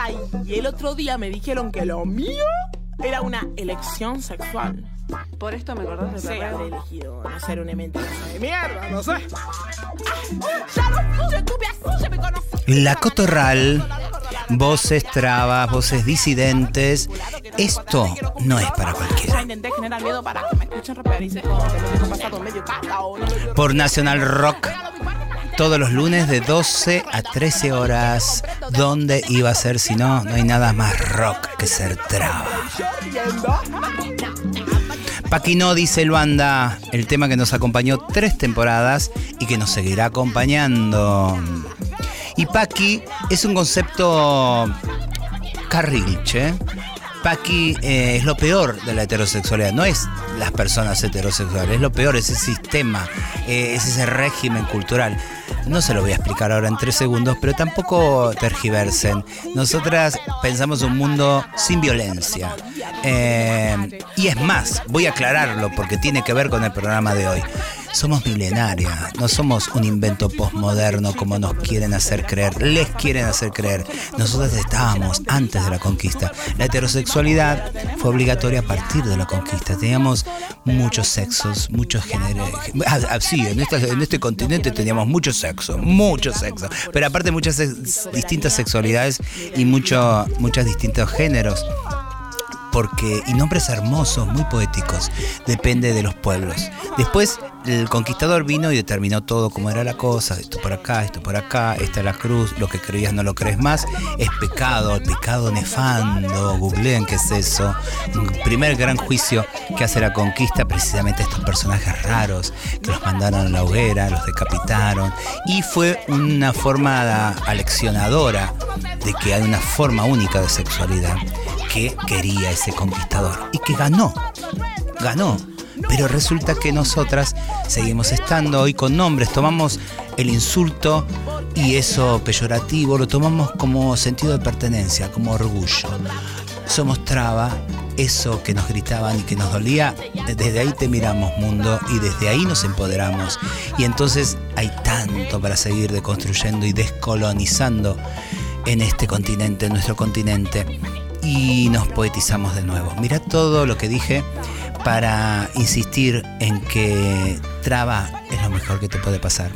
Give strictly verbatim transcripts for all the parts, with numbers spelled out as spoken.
Y el otro día me dijeron que lo mío era una elección sexual. Por esto me acordás de Sí, perreo. habré elegido no ser una mentirosa de mierda, no sé. Ya lo puse, estuve así, ya me conocí. La Cotorral, voces trabas, voces disidentes. Esto no es para Ya cualquiera. intenté generar miedo para que me escuchen rapear y se como que lo tengo pasado medio cata o no lo quiero. Por Nacional Rock, todos los lunes de doce a trece horas. ¿Dónde iba a ser si no? No hay nada más rock que ser traba. Paquino dice Luanda, el tema que nos acompañó tres temporadas y que nos seguirá acompañando. Y Paqui es un concepto carrilche. Paqui eh, es lo peor de la heterosexualidad, no es las personas heterosexuales, es lo peor, es ese sistema, eh, es ese régimen cultural. No se lo voy a explicar ahora en tres segundos, pero tampoco tergiversen. Nosotras pensamos un mundo sin violencia. Eh, y es más, voy a aclararlo porque tiene que ver con el programa de hoy. Somos millenarias, no somos un invento postmoderno como nos quieren hacer creer, les quieren hacer creer. Nosotros estábamos antes de la conquista. La heterosexualidad fue obligatoria a partir de la conquista. Teníamos muchos sexos, muchos géneros. Ah, ah, sí, en este, en este continente teníamos mucho sexo, mucho sexo. Pero aparte muchas sex, distintas sexualidades y mucho, muchos distintos géneros. Porque, y nombres hermosos, muy poéticos, depende de los pueblos. Después el conquistador vino y determinó todo cómo era la cosa, esto por acá, esto por acá, esta es la cruz, lo que creías no lo crees más, es pecado, el pecado nefando, googleen qué es eso. El primer gran juicio que hace la conquista, precisamente estos personajes raros, que los mandaron a la hoguera, los decapitaron, y fue una forma aleccionadora de que hay una forma única de sexualidad que quería ese conquistador y que ganó, ganó. Pero resulta que nosotras seguimos estando hoy con nombres, tomamos el insulto y eso peyorativo, lo tomamos como sentido de pertenencia, como orgullo. Somos traba, eso que nos gritaban y que nos dolía, desde ahí te miramos, mundo, y desde ahí nos empoderamos. Y entonces hay tanto para seguir deconstruyendo y descolonizando en este continente, en nuestro continente. Y nos poetizamos de nuevo. Mirá todo lo que dije para insistir en que traba es lo mejor que te puede pasar.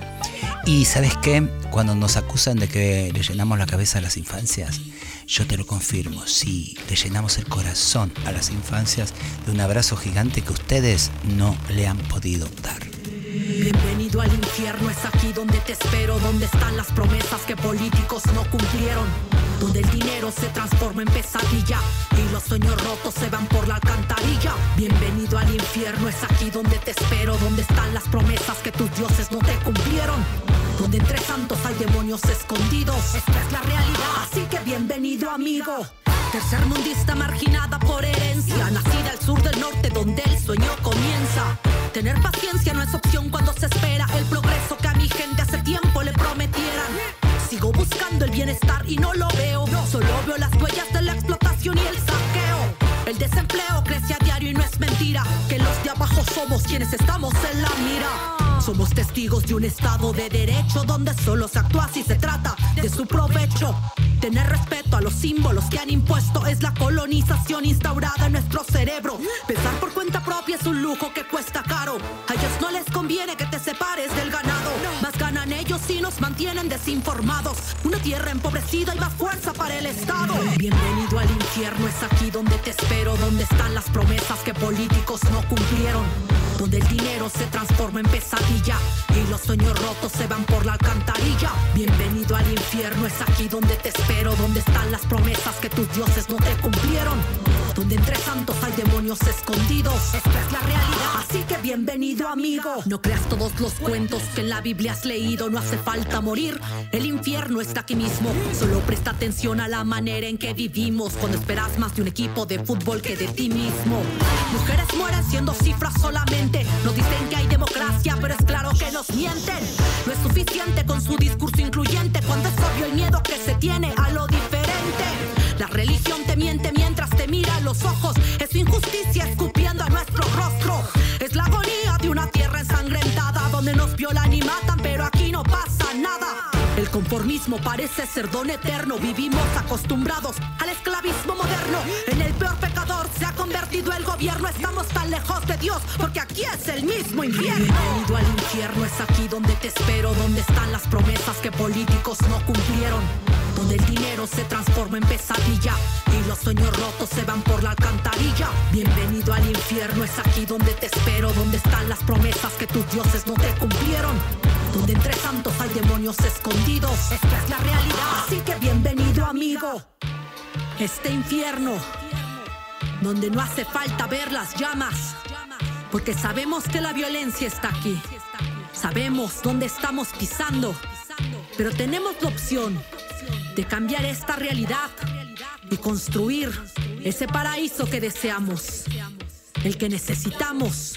Y ¿sabes qué? Cuando nos acusan de que le llenamos la cabeza a las infancias, yo te lo confirmo, sí, le llenamos el corazón a las infancias de un abrazo gigante que ustedes no le han podido dar. Bienvenido al infierno, es aquí donde te espero, donde están las promesas que políticos no cumplieron, donde el dinero se transforma en pesadilla y los sueños rotos se van por la alcantarilla. Bienvenido al infierno, es aquí donde te espero, donde están las promesas que tus dioses no te cumplieron, donde entre santos hay demonios escondidos. Esta es la realidad, así que bienvenido amigo. Tercermundista marginada por herencia, nacida al sur del norte donde el sueño comienza. Tener paciencia no es opción cuando se espera el progreso que a mi gente hace tiempo le prometieran. Sigo buscando el bienestar y no lo veo, solo veo las huellas de la explotación y el saqueo. El desempleo crece a diario y no es mentira que los de abajo somos quienes estamos en la mira. Somos testigos de un estado de derecho donde solo se actúa si se trata de su provecho. Tener respeto a los símbolos que han impuesto es la colonización instaurada en nuestro cerebro. Pensar por cuenta propia es un lujo que cuesta caro. A ellos no les conviene que te separes del ganado, más ganan ellos y nos mantienen desinformados. Una tierra empobrecida y más fuerza para el Estado. Bienvenido al infierno, es aquí donde te espero, donde están las promesas que políticos no cumplieron, donde el dinero se transforma en pesadilla y los sueños rotos se van por la alcantarilla. Bienvenido al infierno, es aquí donde te espero, donde están las promesas que tus dioses no te cumplieron, donde entre santos hay demonios escondidos. Esta es la realidad, así que bienvenido amigo. No creas todos los cuentos que en la Biblia has leído, no hace falta morir, el infierno está aquí mismo. Solo presta atención a la manera en que vivimos, cuando esperas más de un equipo de fútbol que de ti mismo. Mujeres mueren siendo cifras solamente, nos dicen que hay democracia, pero es claro que nos mienten. No es suficiente con su discurso incluyente, cuando es obvio el miedo que se tiene a lo diferente. La religión te miente mientras te mira a los ojos, es su injusticia escupiendo a nuestro rostro. Es la agonía de una tierra ensangrentada, donde nos violan y matan, pero aquí no pasa nada. El conformismo capitalismo parece ser don eterno. Vivimos acostumbrados al esclavismo moderno. En el peor pecador se ha convertido el gobierno. Estamos tan lejos de Dios porque aquí es el mismo infierno. Bienvenido al infierno, es aquí donde te espero. Donde están las promesas que políticos no cumplieron. Donde el dinero se transforma en pesadilla y los sueños rotos se van por la alcantarilla. Bienvenido al infierno, es aquí donde te espero. Donde están las promesas que tus dioses no te cumplieron. Donde entre santos hay demonios escondidos. Esta es la realidad, así que bienvenido, amigo. Este infierno, donde no hace falta ver las llamas, porque sabemos que la violencia está aquí. Sabemos dónde estamos pisando, pero tenemos la opción de cambiar esta realidad y construir ese paraíso que deseamos, el que necesitamos.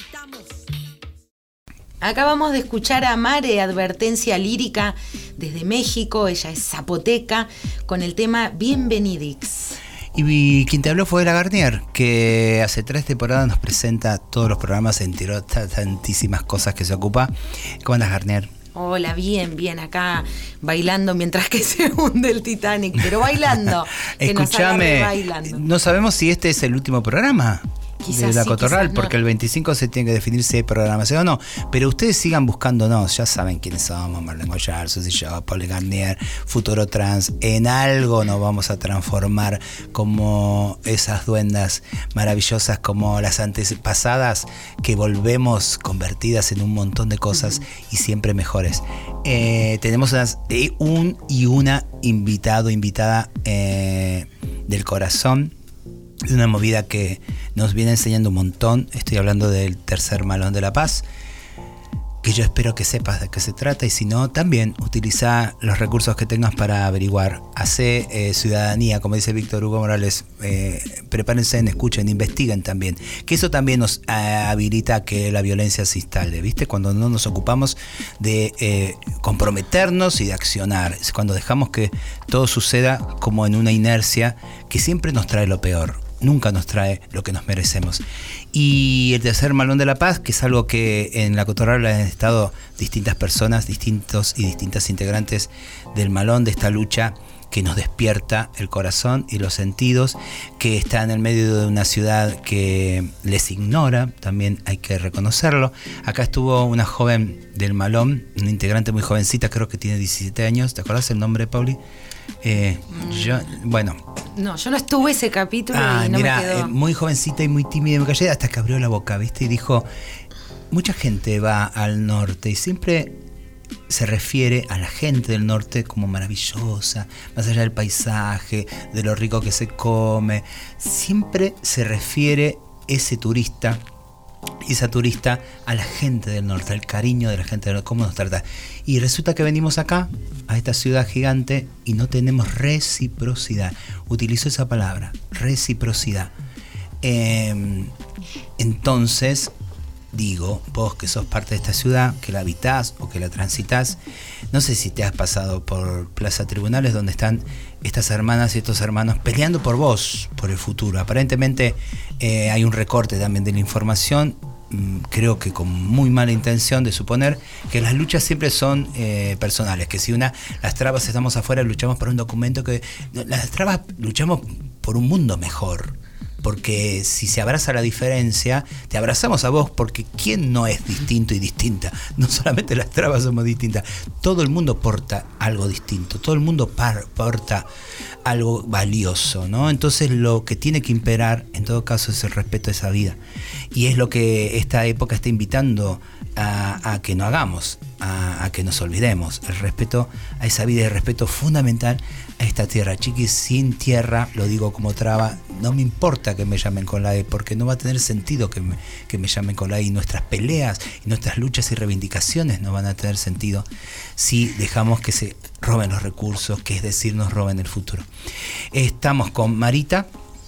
Acabamos de escuchar a Mare, Advertencia Lírica, desde México. Ella es zapoteca, con el tema Bienvenidix. Y quien te habló fue la Garnier, que hace tres temporadas nos presenta todos los programas, se enteró tantísimas cosas que se ocupa. ¿Cómo andas, Garnier? Hola, bien, bien, acá bailando mientras que se hunde el Titanic, pero bailando. Escúchame, no sabemos si este es el último programa quizás de La sí, Cotorral, no. Porque el veinticinco se tiene que definir si hay programación o no, pero ustedes sigan buscándonos, ya saben quiénes somos, Marlene Goyar, Susy yo, Paul Garnier, Futuro Trans, en algo nos vamos a transformar como esas duendas maravillosas como las antepasadas, que volvemos convertidas en un montón de cosas uh-huh. y siempre mejores. Eh, tenemos unas, eh, un y una invitado, invitada eh, del corazón, de una movida que nos viene enseñando un montón. Estoy hablando del Tercer Malón de la Paz, que yo espero que sepas de qué se trata, y si no, también utiliza los recursos que tengas para averiguar. Hace eh, ciudadanía, como dice Víctor Hugo Morales, eh, prepárense, escuchen, investiguen también, que eso también nos eh, habilita a que la violencia se instale, ¿viste? Cuando no nos ocupamos de eh, comprometernos y de accionar, es cuando dejamos que todo suceda como en una inercia que siempre nos trae lo peor. Nunca nos trae lo que nos merecemos. Y el Tercer Malón de la Paz, que es algo que en La Cotorral han estado distintas personas, distintos y distintas integrantes del Malón, de esta lucha que nos despierta el corazón y los sentidos, que está en el medio de una ciudad que les ignora, también hay que reconocerlo. Acá estuvo una joven del Malón, una integrante muy jovencita, creo que tiene diecisiete años. ¿Te acuerdas el nombre, Pauli? Eh, yo, bueno. No, yo no estuve ese capítulo ah, y no mira, me quedó. Eh, muy jovencita y muy tímida, me callé hasta que abrió la boca, ¿viste? Y dijo, mucha gente va al norte y siempre se refiere a la gente del norte como maravillosa, más allá del paisaje, de lo rico que se come. Siempre se refiere ese turista y esa turista a la gente del norte, al cariño de la gente del norte, cómo nos trata. Y resulta que venimos acá, a esta ciudad gigante, y no tenemos reciprocidad. Utilizo esa palabra, reciprocidad. Eh, entonces, digo, vos que sos parte de esta ciudad, que la habitás o que la transitas, no sé si te has pasado por Plaza Tribunales, donde están estas hermanas y estos hermanos peleando por vos, por el futuro. Aparentemente eh, hay un recorte también de la información, mmm, creo que con muy mala intención de suponer que las luchas siempre son eh, personales, que si una, las trabas estamos afuera, luchamos por un documento, que las trabas luchamos por un mundo mejor. Porque si se abraza la diferencia, te abrazamos a vos, porque ¿quién no es distinto y distinta? No solamente las trabas somos distintas, todo el mundo porta algo distinto, todo el mundo par, porta algo valioso, ¿no? Entonces lo que tiene que imperar, en todo caso, es el respeto a esa vida. Y es lo que esta época está invitando a, a que no hagamos, a, a que nos olvidemos. El respeto a esa vida, el respeto fundamental a esta tierra. Chiquis, sin tierra, lo digo como traba, no me importa que me llamen con la E, porque no va a tener sentido que me, que me llamen con la E, y nuestras peleas y nuestras luchas y reivindicaciones no van a tener sentido si dejamos que se roben los recursos, que es decir, nos roben el futuro. Estamos con Marita,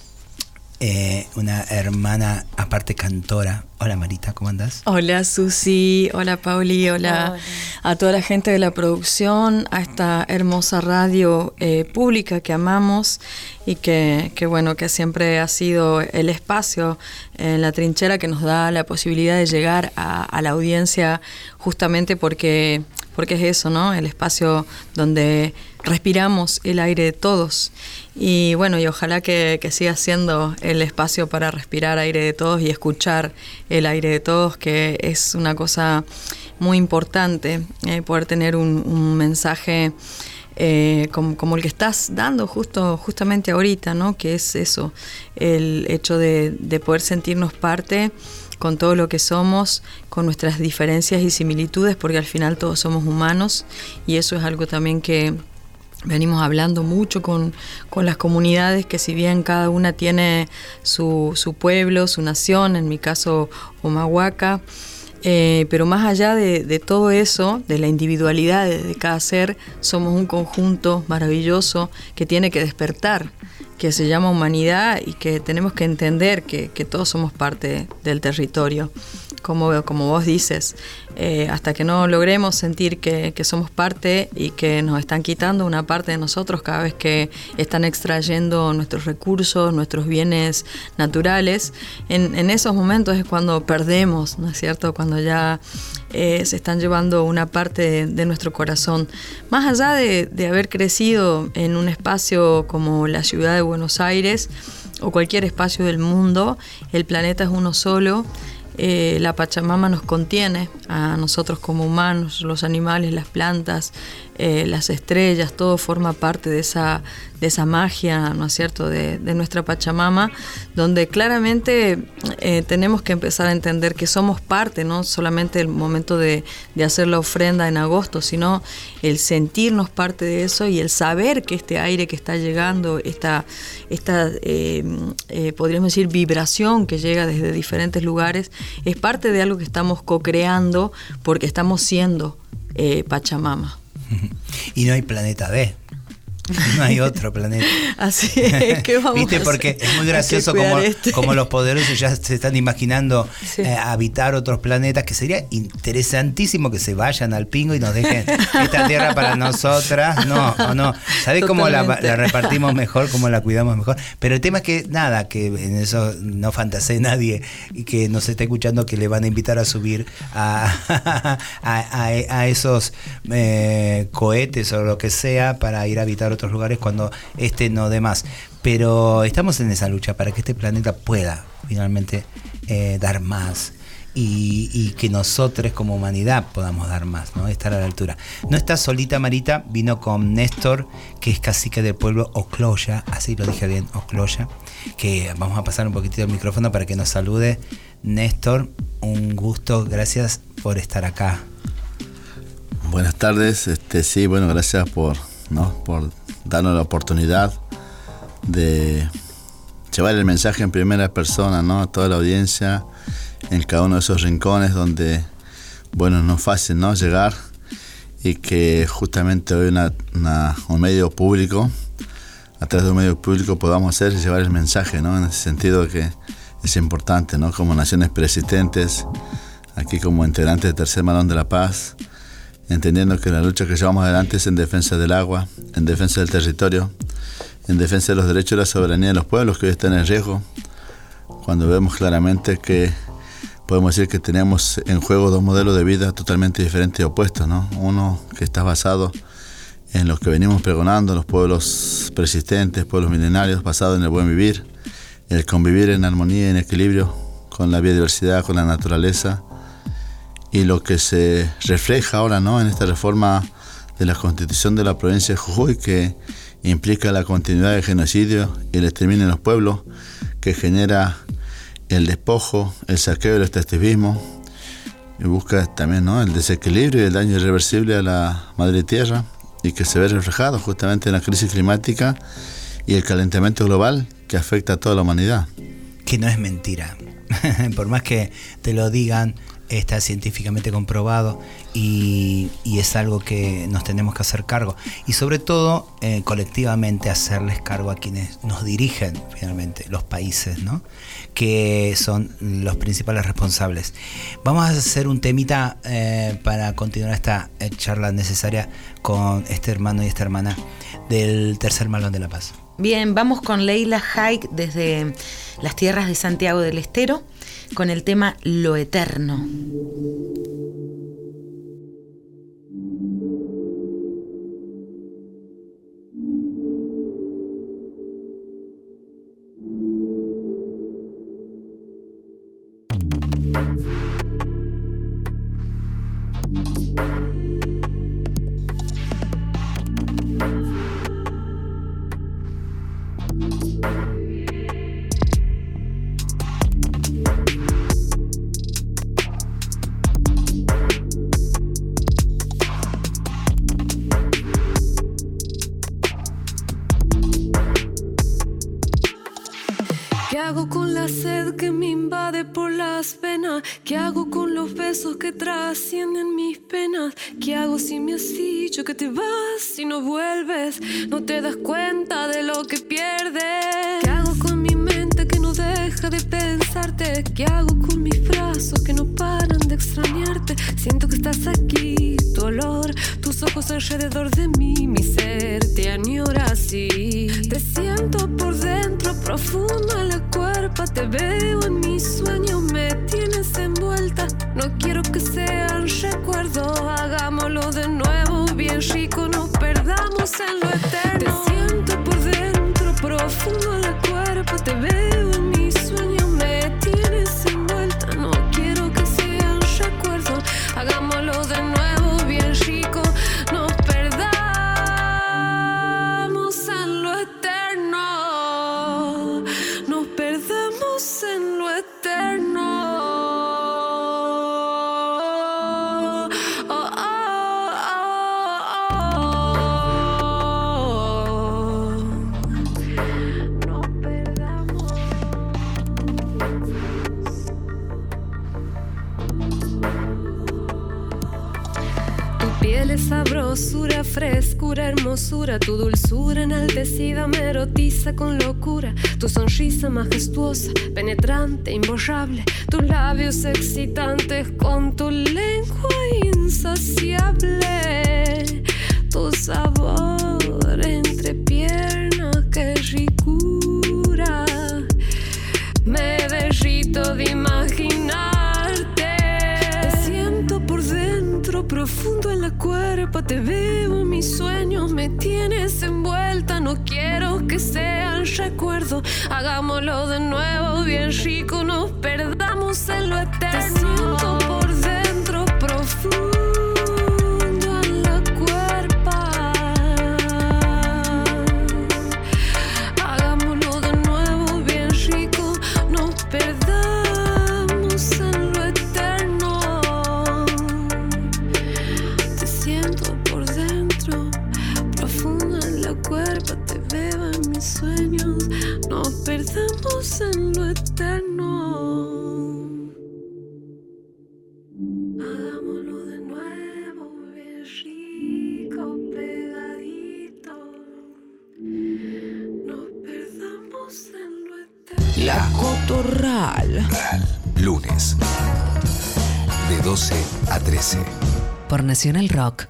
eh, una hermana, aparte cantora. Hola Marita, ¿cómo andás? Hola Susi, hola Pauli, hola, hola a toda la gente de la producción, a esta hermosa radio eh, pública que amamos y que, que bueno, que siempre ha sido el espacio en la trinchera que nos da la posibilidad de llegar a, a la audiencia, justamente porque porque es eso, ¿no? El espacio donde respiramos el aire de todos. Y bueno, y ojalá que, que siga siendo el espacio para respirar aire de todos y escuchar el aire de todos, que es una cosa muy importante, eh, poder tener un, un mensaje eh, como, como el que estás dando justo justamente ahorita, ¿no? Que es eso, el hecho de, de poder sentirnos parte con todo lo que somos, con nuestras diferencias y similitudes, porque al final todos somos humanos, y eso es algo también que venimos hablando mucho con, con las comunidades, que si bien cada una tiene su, su pueblo, su nación, en mi caso Humahuaca, eh, pero más allá de, de todo eso, de la individualidad de, de cada ser, somos un conjunto maravilloso que tiene que despertar, que se llama humanidad, y que tenemos que entender que, que todos somos parte del territorio. Como, como vos dices, eh, hasta que no logremos sentir que, que somos parte y que nos están quitando una parte de nosotros cada vez que están extrayendo nuestros recursos, nuestros bienes naturales, en, en esos momentos es cuando perdemos, ¿no es cierto? Cuando ya eh, se están llevando una parte de, de nuestro corazón. Más allá de, de haber crecido en un espacio como la ciudad de Buenos Aires o cualquier espacio del mundo, el planeta es uno solo. Eh, la Pachamama nos contiene a nosotros como humanos, los animales, las plantas, eh, las estrellas, todo forma parte de esa, de esa magia, ¿no es cierto?, de, de nuestra Pachamama, donde claramente eh, tenemos que empezar a entender que somos parte, no solamente el momento de, de hacer la ofrenda en agosto, sino el sentirnos parte de eso y el saber que este aire que está llegando, esta, esta eh, eh, podríamos decir, vibración que llega desde diferentes lugares, es parte de algo que estamos co-creando porque estamos siendo eh, Pachamama. Y no hay planeta B. No hay otro planeta. Así es que vamos. ¿Viste? A Porque hacer, es muy gracioso como, este. como los poderosos ya se están imaginando sí. eh, habitar otros planetas, que sería interesantísimo que se vayan al pingo y nos dejen esta tierra para nosotras. No, o no. ¿Sabés cómo la, la repartimos mejor, cómo la cuidamos mejor? Pero el tema es que, nada, que en eso no fantasee nadie y que nos esté escuchando que le van a invitar a subir a, a, a, a esos eh, cohetes o lo que sea para ir a habitar otros lugares cuando este no dé más, pero estamos en esa lucha para que este planeta pueda finalmente eh, dar más y, y que nosotros como humanidad podamos dar más, ¿no? Estar a la altura. No está solita Marita, vino con Néstor, que es cacique del pueblo Ocloya, así lo dije bien, Ocloya, que vamos a pasar un poquitito el micrófono para que nos salude. Néstor, un gusto, gracias por estar acá. Buenas tardes, este sí, bueno, gracias por ¿no? por darnos la oportunidad de llevar el mensaje en primera persona, ¿no? A toda la audiencia, en cada uno de esos rincones donde, bueno, no es fácil, ¿no? llegar, y que justamente hoy una, una, un medio público, a través de un medio público podamos hacer y llevar el mensaje, ¿no? En ese sentido que es importante, ¿no? Como naciones preexistentes, aquí como integrantes del Tercer Malón de la Paz, entendiendo que la lucha que llevamos adelante es en defensa del agua, en defensa del territorio, en defensa de los derechos y la soberanía de los pueblos que hoy están en riesgo, cuando vemos claramente que podemos decir que tenemos en juego dos modelos de vida totalmente diferentes y opuestos, ¿no? Uno que está basado en lo que venimos pregonando, los pueblos persistentes, pueblos milenarios, basado en el buen vivir, el convivir en armonía y en equilibrio con la biodiversidad, con la naturaleza, y lo que se refleja ahora, ¿no? en esta reforma de la Constitución de la provincia de Jujuy, que implica la continuidad del genocidio y el exterminio de los pueblos, que genera el despojo, el saqueo y el extractivismo, y busca también, ¿no? el desequilibrio y el daño irreversible a la madre tierra, y que se ve reflejado justamente en la crisis climática y el calentamiento global que afecta a toda la humanidad. Que no es mentira. Por más que te lo digan, está científicamente comprobado y, y es algo que nos tenemos que hacer cargo. Y sobre todo, eh, colectivamente hacerles cargo a quienes nos dirigen finalmente, los países, ¿no? Que son los principales responsables. Vamos a hacer un temita eh, para continuar esta eh, charla necesaria con este hermano y esta hermana del Tercer Malón de la Paz. Bien, vamos con Leila Haik desde las tierras de Santiago del Estero con el tema Lo Eterno. ¿Qué hago con la sed que me invade por las venas? ¿Qué hago con los besos que trascienden mis penas? ¿Qué hago si me has dicho que te vas y no vuelves? No te das cuenta de lo que pierdes. ¿Qué hago con mi mente que no deja de pensarte? ¿Qué hago con mis brazos que no paran de extrañarte? Siento que estás aquí, tu olor, tus ojos alrededor de mí, mi ser te añora así. Te siento por dentro, profundo en la cuerpa, te veo en mis sueños, me tienes envuelta. No quiero que sean recuerdos, hagámoslo de nuevo, bien rico, nos perdamos en lo eterno. Te siento por dentro, profundo en la cuerpa, te veo en mis sueños, me tienes envuelta. No quiero que sean recuerdos, hagámoslo de nuevo, bien rico, nos perdamos en lo eterno. Nos perdamos en lo eterno. Oh, oh, oh, oh. Nos perdamos. Tu piel es sabrosura, frescura, hermosura. Tu dulzura enaltecida me erotiza con locura. Tu sonrisa majestuosa, penetrante, imborrable. Tus labios excitantes con tu lengua insaciable. Tu sabor entre piernas, qué ricura. Me derrito de imaginarte. Te siento por dentro, profundo en la cuerpa, te veo en mis sueños, me tienes envuelta. No quiero que sean recuerdos, hagámoslo de nuevo, bien rico, nos perdamos en lo eterno. Te siento por dentro, profundo en la cuerpa, hagámoslo de nuevo, bien rico, nos perdamos en lo eterno. Te siento por dentro, profundo en la cuerpa, te veo en mis sueños, nos perdamos en lo eterno. Hagámoslo de nuevo, bien rico, pegadito, nos perdamos en lo eterno. La Cotorral. Lunes, de doce a trece. Por Nacional Rock.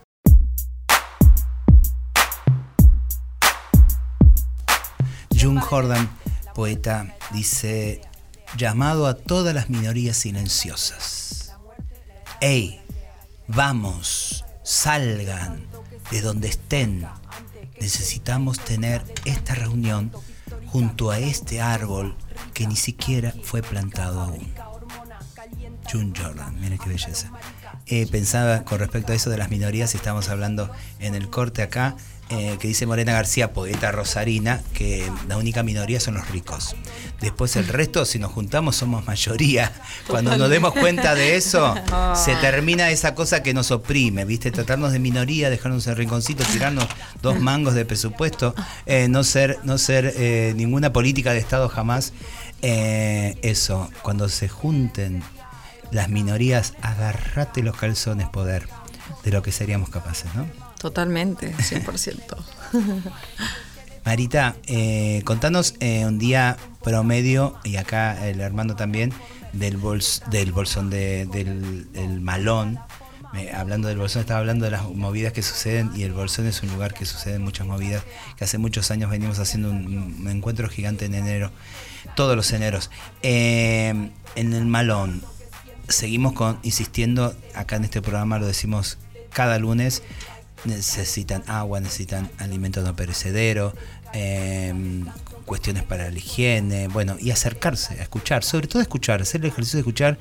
June Jordan, poeta, dice: llamado a todas las minorías silenciosas. ¡Ey! Vamos, salgan de donde estén. Necesitamos tener esta reunión junto a este árbol que ni siquiera fue plantado aún. June Jordan, mire qué belleza. Eh, pensaba con respecto a eso de las minorías, y estamos hablando en el corte acá, eh, que dice Morena García, poeta rosarina, que la única minoría son los ricos. Después el resto, si nos juntamos, somos mayoría. Cuando nos demos cuenta de eso, se termina esa cosa que nos oprime, ¿viste? Tratarnos de minoría, dejarnos en rinconcito, tirarnos dos mangos de presupuesto, eh, no ser, no ser eh, ninguna política de Estado jamás. Eh, eso, cuando se junten las minorías, agarrate los calzones, poder, de lo que seríamos capaces, ¿no? Totalmente, cien por ciento. Marita, eh, contanos eh, un día promedio, y acá el Armando también, del bols, del bolsón, de, del, del malón. Me, hablando del bolsón, estaba hablando de las movidas que suceden, y el bolsón es un lugar que suceden muchas movidas, que hace muchos años venimos haciendo un, un encuentro gigante en enero, todos los eneros. Eh, en el malón, seguimos con, insistiendo, acá en este programa lo decimos cada lunes, necesitan agua, necesitan alimento no perecedero, eh, cuestiones para la higiene, bueno, y acercarse a escuchar, sobre todo escuchar, hacer el ejercicio de escuchar,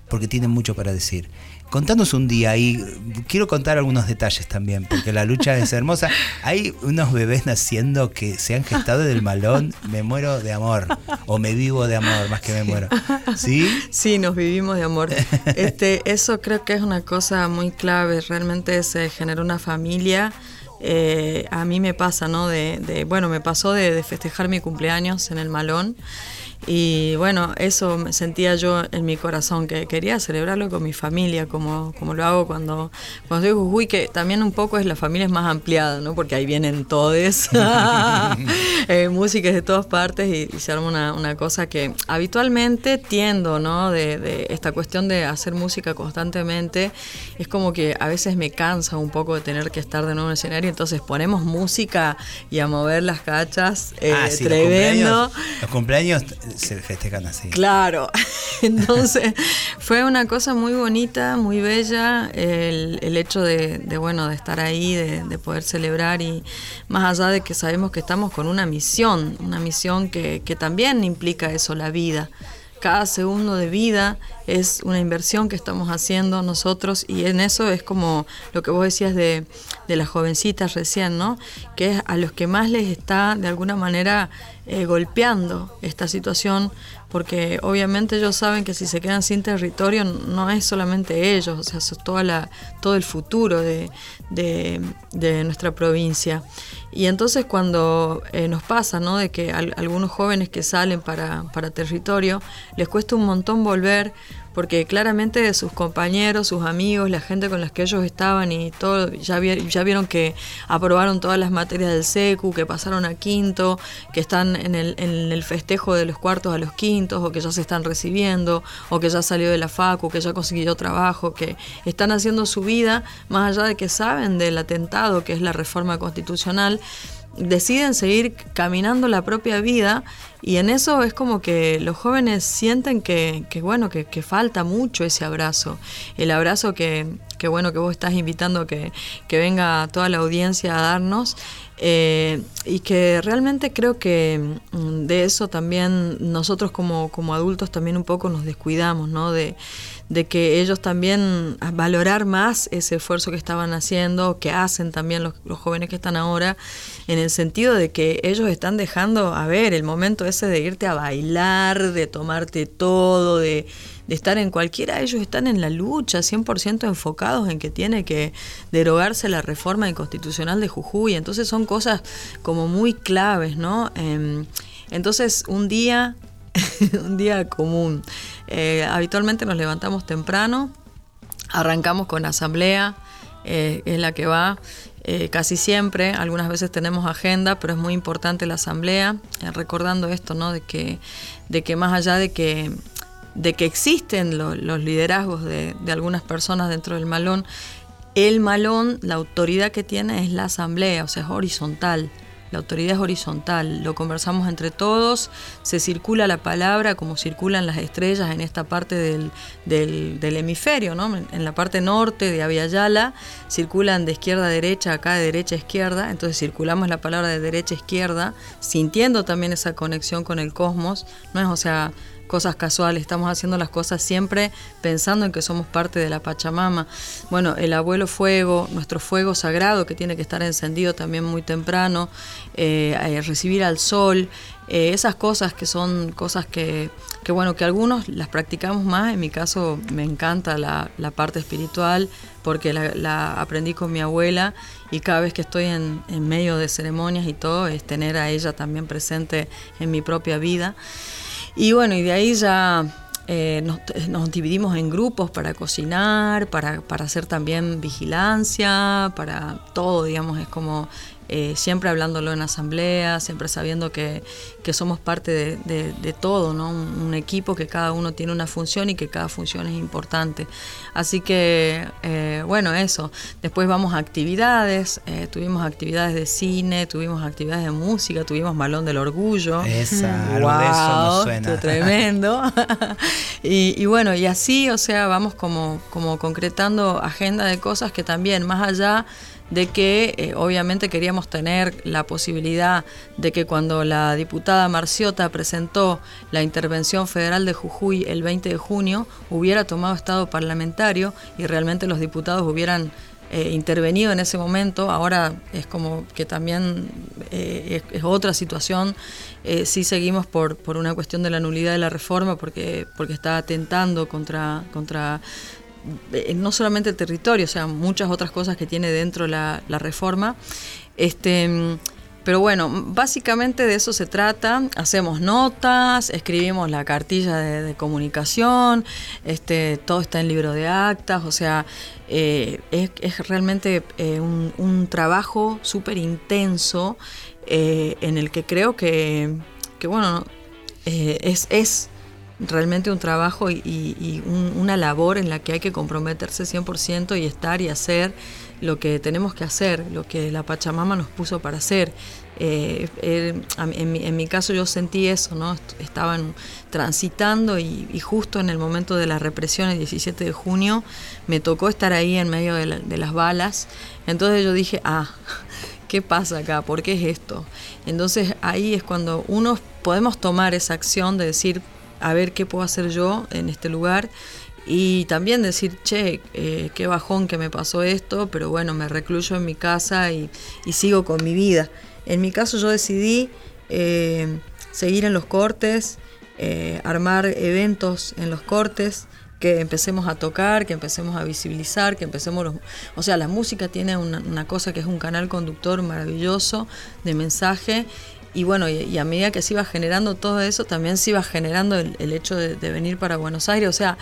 porque tienen mucho para decir. Contanos un día, y quiero contar algunos detalles también, porque la lucha es hermosa. Hay unos bebés naciendo que se han gestado del malón, me muero de amor, o me vivo de amor, más que me muero. ¿Sí? Sí, nos vivimos de amor. Este, eso creo que es una cosa muy clave, realmente se generó una familia. Eh, a mí me pasa, ¿no? De, de, bueno, me pasó de, de festejar mi cumpleaños en el malón. Y bueno, eso me sentía yo en mi corazón, que quería celebrarlo con mi familia, como, como lo hago cuando, cuando estoy en Jujuy, que también un poco es la familia es más ampliada, ¿no? Porque ahí vienen todos, eh, músicas de todas partes y, y se arma una, una cosa que habitualmente tiendo, ¿no? De, de esta cuestión de hacer música constantemente, es como que a veces me cansa un poco de tener que estar de nuevo en el escenario, entonces ponemos música y a mover las cachas, eh, ah, sí, tremendo. Los cumpleaños, los cumpleaños se festejan así. Claro, entonces fue una cosa muy bonita, muy bella, el, el hecho de, de, bueno, de estar ahí, de, de poder celebrar y más allá de que sabemos que estamos con una misión, una misión que, que también implica eso, la vida. Cada segundo de vida es una inversión que estamos haciendo nosotros y en eso es como lo que vos decías de, de las jovencitas recién, ¿no? Que es a los que más les está de alguna manera eh, golpeando esta situación, porque obviamente ellos saben que si se quedan sin territorio no es solamente ellos, o sea, es toda la, todo el futuro de, de, de nuestra provincia. Y entonces cuando eh, nos pasa, ¿no? De que al, algunos jóvenes que salen para, para territorio les cuesta un montón volver, porque claramente sus compañeros, sus amigos, la gente con la que ellos estaban y todo, ya, vi, ya vieron que aprobaron todas las materias del SECU, que pasaron a quinto, que están en el, en el festejo de los cuartos a los quintos, o que ya se están recibiendo, o que ya salió de la facu, que ya consiguió trabajo, que están haciendo su vida, más allá de que saben del atentado que es la reforma constitucional, deciden seguir caminando la propia vida y en eso es como que los jóvenes sienten que, que bueno, que, que falta mucho ese abrazo, el abrazo que, que bueno, que vos estás invitando a que, que venga toda la audiencia a darnos, eh, y que realmente creo que de eso también nosotros como, como adultos también un poco nos descuidamos, ¿no? De, de que ellos también valorar más ese esfuerzo que estaban haciendo, que hacen también los, los jóvenes que están ahora, en el sentido de que ellos están dejando, a ver, el momento ese de irte a bailar, de tomarte todo, de, de estar en cualquiera, ellos están en la lucha, cien por ciento enfocados en que tiene que derogarse la reforma inconstitucional de Jujuy, entonces son cosas como muy claves, ¿no? Eh, entonces un día... un día común. Eh, habitualmente nos levantamos temprano, arrancamos con asamblea, eh, es la que va eh, casi siempre, algunas veces tenemos agenda, pero es muy importante la asamblea, eh, recordando esto, ¿no? De que, de que más allá de que, de que existen lo, los liderazgos de, de algunas personas dentro del malón, el malón, la autoridad que tiene es la asamblea, o sea, es horizontal. La autoridad es horizontal, lo conversamos entre todos, se circula la palabra como circulan las estrellas en esta parte del, del, del hemisferio, ¿no? En la parte norte de Abya Yala circulan de izquierda a derecha, acá de derecha a izquierda, entonces circulamos la palabra de derecha a izquierda, sintiendo también esa conexión con el cosmos, no es, o sea, cosas casuales, estamos haciendo las cosas siempre pensando en que somos parte de la Pachamama. Bueno, el abuelo fuego, nuestro fuego sagrado que tiene que estar encendido también muy temprano, eh, eh, recibir al sol, eh, esas cosas que son cosas que, que bueno, que algunos las practicamos más, en mi caso me encanta la, la parte espiritual porque la, la aprendí con mi abuela y cada vez que estoy en, en medio de ceremonias y todo es tener a ella también presente en mi propia vida. Y bueno, y de ahí ya eh, nos, nos dividimos en grupos para cocinar, para, para hacer también vigilancia, para todo, digamos, es como eh, siempre hablándolo en asamblea, siempre sabiendo que, que somos parte de, de, de todo, ¿no? Un, un equipo que cada uno tiene una función y que cada función es importante. Así que, eh, bueno, eso. Después vamos a actividades, eh, tuvimos actividades de cine, tuvimos actividades de música, tuvimos Malón del Orgullo. Esa, algo wow, de eso nos suena. Tremendo. y, y bueno, y así, o sea, vamos como, como concretando agenda de cosas que también, más allá de que eh, obviamente queríamos tener la posibilidad de que cuando la diputada Marciota presentó la intervención federal de Jujuy el veinte de junio, hubiera tomado estado parlamentario y realmente los diputados hubieran eh, intervenido en ese momento. Ahora es como que también eh, es, es otra situación. Eh, sí seguimos por, por una cuestión de la nulidad de la reforma, porque, porque está atentando contra... contra no solamente el territorio, o sea, muchas otras cosas que tiene dentro la, la reforma. Este, pero bueno, básicamente de eso se trata. Hacemos notas, escribimos la cartilla de, de comunicación, este, todo está en libro de actas, o sea, eh, es, es realmente eh, un, un trabajo súper intenso eh, en el que creo que, que bueno, eh, es... es realmente un trabajo y, y, y un, una labor en la que hay que comprometerse cien por ciento y estar y hacer lo que tenemos que hacer, lo que la Pachamama nos puso para hacer. Eh, eh, en, mi, en mi caso yo sentí eso, ¿no? Estaban transitando y, y justo en el momento de la represión, el diecisiete de junio, me tocó estar ahí en medio de, la, de las balas. Entonces yo dije, ah, ¿qué pasa acá? ¿Por qué es esto? Entonces ahí es cuando uno podemos tomar esa acción de decir, a ver qué puedo hacer yo en este lugar, y también decir, che, eh, qué bajón que me pasó esto, pero bueno, me recluyo en mi casa y, y sigo con mi vida. En mi caso yo decidí eh, seguir en los cortes, eh, armar eventos en los cortes, que empecemos a tocar, que empecemos a visibilizar, que empecemos los... O sea, la música tiene una, una cosa que es un canal conductor maravilloso de mensaje. Y bueno, y, y a medida que se iba generando todo eso, también se iba generando el, el hecho de, de venir para Buenos Aires. O sea,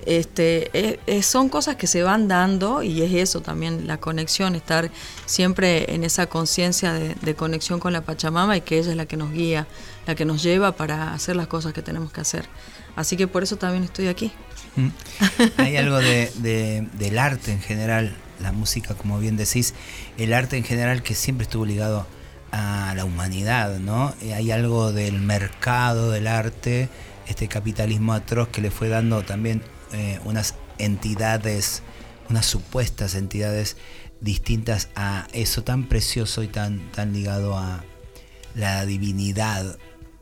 este, es, es, son cosas que se van dando, y es eso también, la conexión, estar siempre en esa conciencia de, de conexión con la Pachamama, y que ella es la que nos guía, la que nos lleva para hacer las cosas que tenemos que hacer. Así que por eso también estoy aquí. Mm. Hay algo de, de, del arte en general, la música, como bien decís, el arte en general que siempre estuvo ligado a la humanidad, ¿no? Hay algo del mercado del arte, este capitalismo atroz que le fue dando también eh, unas entidades, unas supuestas entidades distintas a eso tan precioso y tan, tan ligado a la divinidad,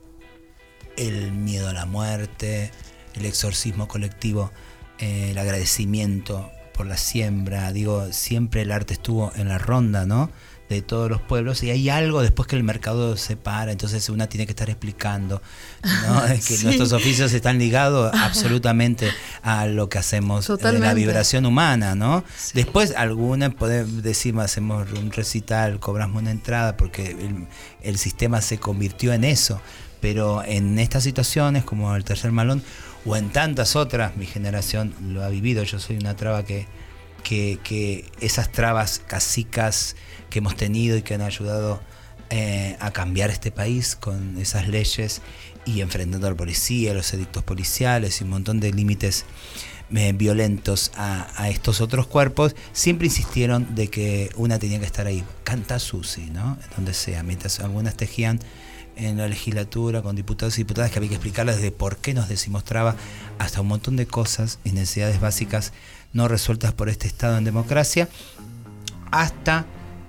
el miedo a la muerte, el exorcismo colectivo, eh, el agradecimiento por la siembra. Digo, siempre el arte estuvo en la ronda, ¿no?, de todos los pueblos, y hay algo después que el mercado se para, entonces una tiene que estar explicando, ¿no? que sí. Nuestros oficios están ligados absolutamente a lo que hacemos, de la vibración humana, ¿no? Sí. Después alguna puede decir, hacemos un recital, cobramos una entrada, porque el, el sistema se convirtió en eso, pero en estas situaciones como el Tercer Malón o en tantas otras, mi generación lo ha vivido. Yo soy una traba que Que, que esas trabas cacicas que hemos tenido y que han ayudado eh, a cambiar este país con esas leyes y enfrentando a la policía, los edictos policiales y un montón de límites eh, violentos a, a estos otros cuerpos, siempre insistieron de que una tenía que estar ahí. Canta Susi, ¿no? Donde sea, mientras algunas tejían en la legislatura con diputados y diputadas que había que explicarles de por qué nos decimos traba, hasta un montón de cosas y necesidades básicas no resueltas por este Estado en democracia, hasta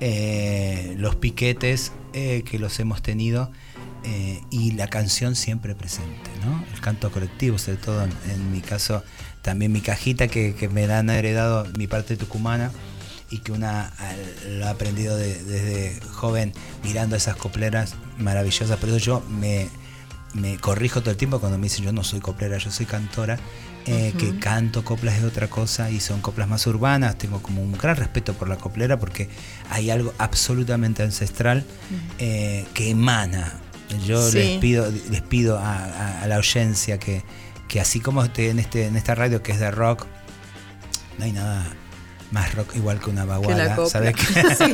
eh, los piquetes eh, que los hemos tenido, eh, y la canción siempre presente, ¿no? El canto colectivo, sobre todo en, en mi caso, también mi cajita que, que me han heredado mi parte tucumana, y que una lo ha aprendido de, desde joven mirando esas copleras maravillosas. Por eso yo me, me corrijo todo el tiempo cuando me dicen yo no soy coplera, yo soy cantora, eh, uh-huh. que canto coplas es otra cosa y son coplas más urbanas. Tengo como un gran respeto por la coplera porque hay algo absolutamente ancestral uh-huh. eh, que emana. Yo sí. les pido les pido a, a, a la audiencia que, que así como este, en, este, en esta radio que es de rock, no hay nada más rock igual que una baguala, que ¿sabes? Sí.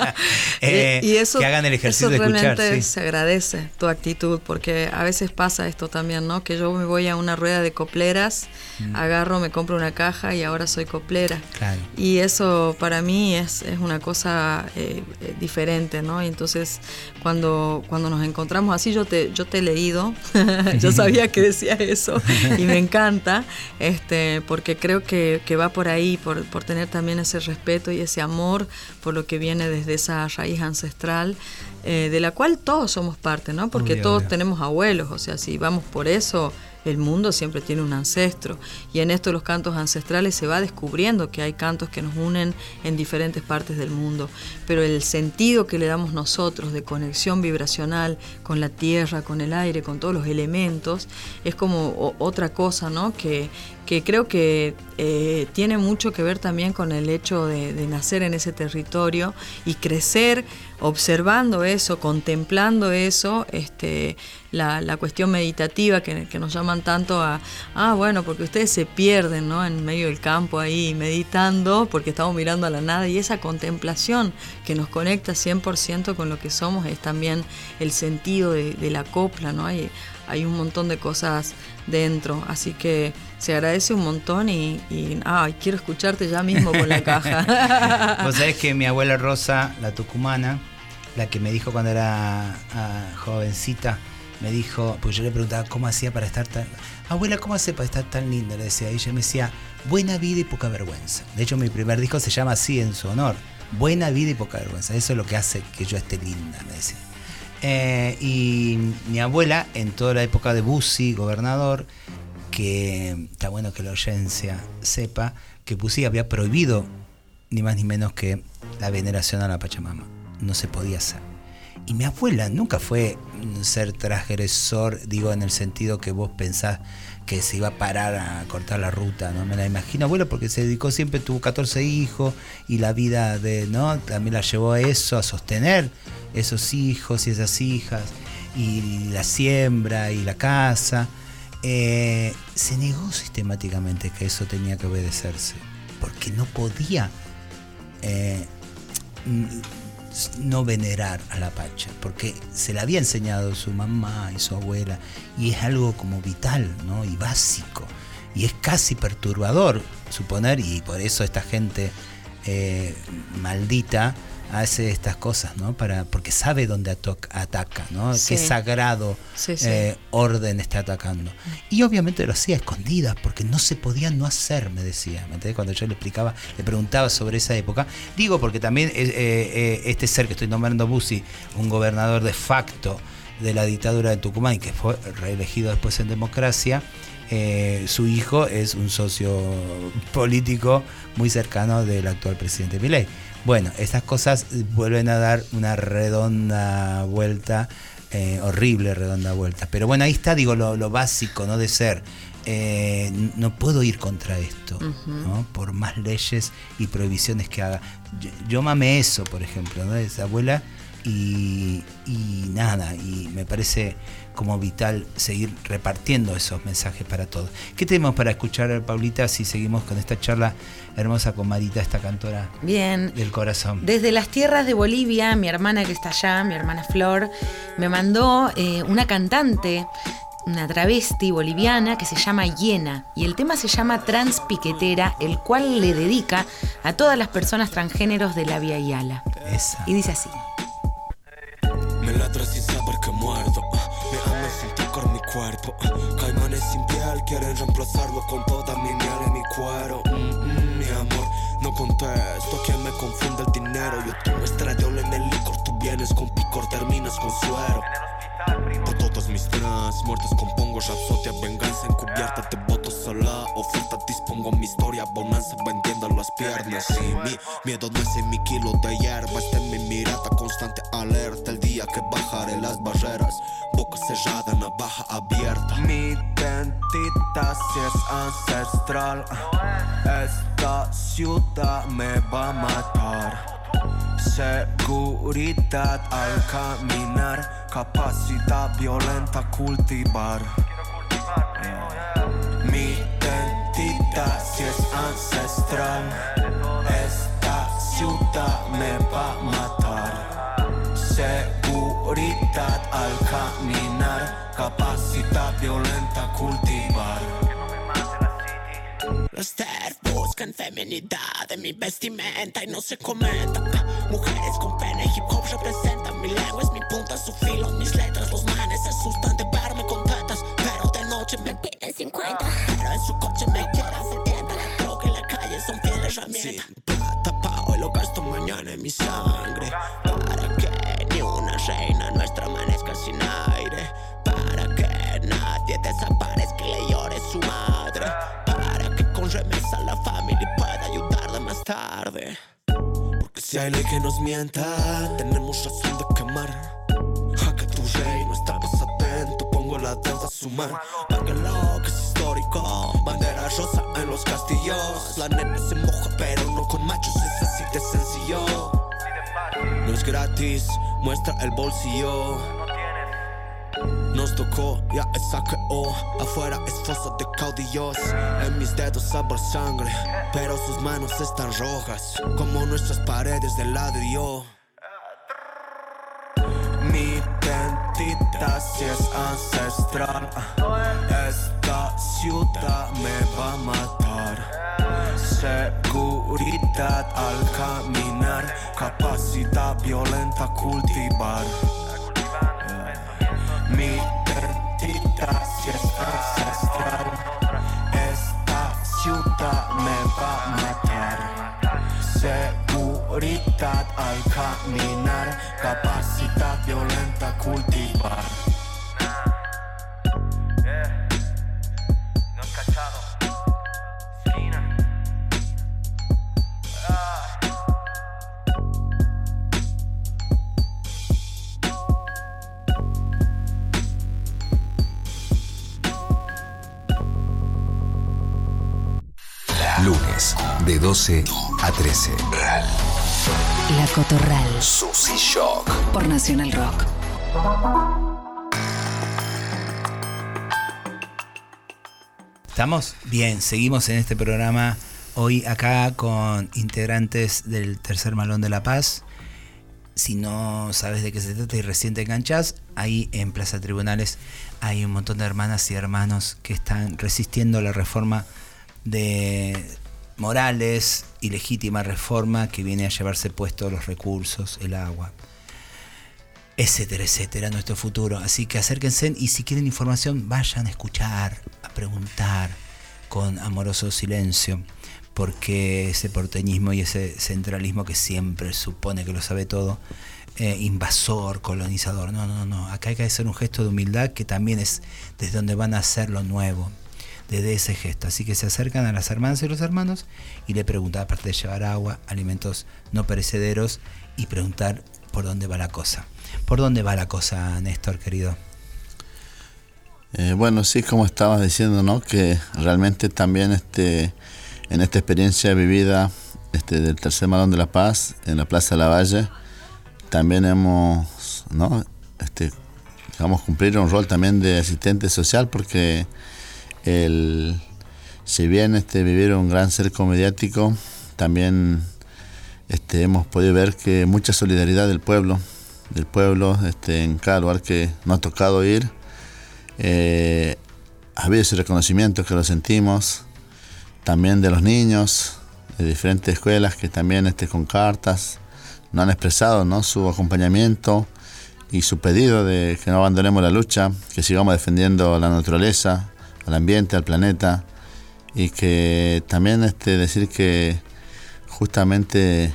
eh, y eso, que hagan el ejercicio de escuchar. Realmente sí. se agradece tu actitud, porque a veces pasa esto también, ¿no? Que yo me voy a una rueda de copleras, mm. agarro, me compro una caja y ahora soy coplera. Claro. Y eso para mí es, es una cosa eh, diferente, ¿no? Y entonces cuando, cuando nos encontramos así, yo te, yo te he leído, yo sabía que decías eso y me encanta, este, porque creo que, que va por ahí, por, por tener también ese respeto y ese amor por lo que viene desde esa raíz ancestral, eh, de la cual todos somos parte, ¿no? Porque Obvio, todos obvio. tenemos abuelos, o sea, si vamos por eso, el mundo siempre tiene un ancestro, y en esto los cantos ancestrales se va descubriendo que hay cantos que nos unen en diferentes partes del mundo, pero el sentido que le damos nosotros de conexión vibracional con la tierra, con el aire, con todos los elementos, es como o- otra cosa, ¿no? Que, que creo que eh, tiene mucho que ver también con el hecho de, de nacer en ese territorio y crecer observando eso, contemplando eso, este, la, la cuestión meditativa que, que nos llaman tanto a, ah, bueno, porque ustedes se pierden, ¿no? En medio del campo ahí meditando, porque estamos mirando a la nada, y esa contemplación que nos conecta cien por ciento con lo que somos es también el sentido de, de la copla, ¿no? Hay, hay un montón de cosas dentro, así que se agradece un montón y, y ay, quiero escucharte ya mismo con la caja. Vos sabés que mi abuela Rosa, la tucumana, la que me dijo cuando era ah, jovencita, me dijo, pues yo le preguntaba cómo hacía para estar tan... Abuela, ¿cómo hace para estar tan linda? Le decía, y ella me decía, buena vida y poca vergüenza. De hecho, mi primer disco se llama así en su honor, Buena vida y poca vergüenza. Eso es lo que hace que yo esté linda, me decía. Eh, y mi abuela, en toda la época de Bussi, gobernador, que está bueno que la audiencia sepa que Bussi había prohibido ni más ni menos que la veneración a la Pachamama. No se podía hacer. Y mi abuela nunca fue un ser transgresor, digo, en el sentido que vos pensás que se iba a parar a cortar la ruta, no me la imagino, abuela, porque se dedicó siempre, tuvo catorce hijos y la vida de, ¿no? También la llevó a eso, a sostener esos hijos y esas hijas, y la siembra y la casa. Eh, se negó sistemáticamente que eso tenía que obedecerse, porque no podía eh, no venerar a la Pacha, porque se la había enseñado su mamá y su abuela, y es algo como vital, ¿no? Y básico, y es casi perturbador suponer, y por eso esta gente eh, maldita hace estas cosas, ¿no? Para, porque sabe dónde atoca, ataca, ¿no? Sí. Qué sagrado Sí, sí. eh, orden está atacando. Y obviamente lo hacía a escondidas, porque no se podía no hacer, me decía. ¿Me entendés? Cuando yo le explicaba, le preguntaba sobre esa época. Digo, porque también eh, eh, este ser que estoy nombrando, Bussi, un gobernador de facto de la dictadura de Tucumán y que fue reelegido después en democracia, eh, su hijo es un socio político muy cercano del actual presidente Milei. Bueno, estas cosas vuelven a dar una redonda vuelta, eh, horrible redonda vuelta. Pero bueno, ahí está, digo, lo, lo básico, ¿no? De ser, eh, no puedo ir contra esto, Uh-huh. ¿no? Por más leyes y prohibiciones que haga. Yo, yo mamé eso, por ejemplo, ¿no? De esa abuela, y, y nada, y me parece como vital seguir repartiendo esos mensajes para todos. ¿Qué tenemos para escuchar, Paulita, si seguimos con esta charla hermosa con Marita, esta cantora Bien. del corazón? Desde las tierras de Bolivia, mi hermana que está allá, mi hermana Flor, me mandó eh, una cantante, una travesti boliviana que se llama Hiena, y el tema se llama Transpiquetera, el cual le dedica a todas las personas transgéneros de la Vía Yala. Esa. Y dice así. Me ladra sin saber que muerdo, me ama sin tocar mi cuerpo. Caimanes sin piel quieren reemplazarlo con toda mi miel en mi cuero. Mm, mm, mi amor, no contesto, quien me confunde el dinero. Yo tomo estradiol en el licor, tú vienes con picor, terminas con suero. Por todas mis trans, muertes compongo rapsodia, venganza encubierta, te voto sola, oferta dispongo mi historia, bonanza vendiendo las piernas. Y mi miedo no es en mi kilo de hierba, está en mi mirada constante, alerta el día que bajaré las barreras, boca cerrada, navaja abierta. Mi identidad si es ancestral, esta ciudad me va a matar. Seguridad al caminar, capacidad violenta cultivar. Mi identidad si es ancestral, esta ciudad me va a matar. Seguridad al caminar, capacidad violenta cultivar. Los TERF buscan feminidad en mi vestimenta y no se comenta. Mujeres con pene, hip hop representan. Mi lengua es mi punta, su filo, mis letras. Los manes se asustan de verme con tetas, pero de noche me piden cincuenta. Pero en su coche me quedan setenta. La droga y la calle son fieles herramientas. Sí. desaparezca y le llore su madre, para que con remesa la familia pueda ayudarla más tarde. Porque si hay ley que nos mienta, tenemos razón de quemar. A que tu rey no estabas atento, pongo la deuda a sumar. Porque lo que es histórico, bandera rosa en los castillos. La nena se moja pero no con machos, es así de sencillo. No es gratis, muestra el bolsillo. Nos tocó, ya es saqueo. Afuera es foso de caudillos. En mis dedos sabor sangre, pero sus manos están rojas como nuestras paredes de ladrillo. Mi identidad si es ancestral. Esta ciudad me va a matar. Seguridad al caminar, capacidad violenta cultivar. Mi identidad si es ancestral. Esta ciudad me va a matar. Seguridad al caminar, capacidad violenta cultivar. No has cachado. Esquina. Lunes, de doce a trece. La Cotorral. Sushi Shock. Por Nacional Rock. ¿Estamos? Bien, seguimos en este programa. Hoy acá con integrantes del Tercer Malón de La Paz. Si no sabes de qué se trata y recién te enganchás, ahí en Plaza Tribunales hay un montón de hermanas y hermanos que están resistiendo la reforma de Morales, ilegítima reforma que viene a llevarse puestos los recursos, el agua, etcétera, etcétera, nuestro futuro. Así que acérquense y si quieren información vayan a escuchar, a preguntar con amoroso silencio, porque ese porteñismo y ese centralismo que siempre supone que lo sabe todo, eh, invasor, colonizador, no, no, no, acá hay que hacer un gesto de humildad que también es desde donde van a hacer lo nuevo, desde ese gesto. Así que se acercan a las hermanas y los hermanos y le preguntan, aparte de llevar agua, alimentos no perecederos, y preguntar por dónde va la cosa. ¿Por dónde va la cosa, Néstor, querido? Eh, bueno, sí, como estabas diciendo, ¿no? Que realmente también este, en esta experiencia vivida este, del Tercer Malón de La Paz, en la Plaza Lavalle, también hemos, ¿no? Este, digamos, cumplir un rol también de asistente social, porque el, si bien este, vivir un gran cerco mediático, también este, hemos podido ver que mucha solidaridad del pueblo, del pueblo este, en cada lugar que nos ha tocado ir, eh, ha habido ese reconocimiento que lo sentimos, también de los niños de diferentes escuelas que también este, con cartas nos han expresado, ¿no? Su acompañamiento y su pedido de que no abandonemos la lucha, que sigamos defendiendo la naturaleza, al ambiente, al planeta, y que también este, decir que justamente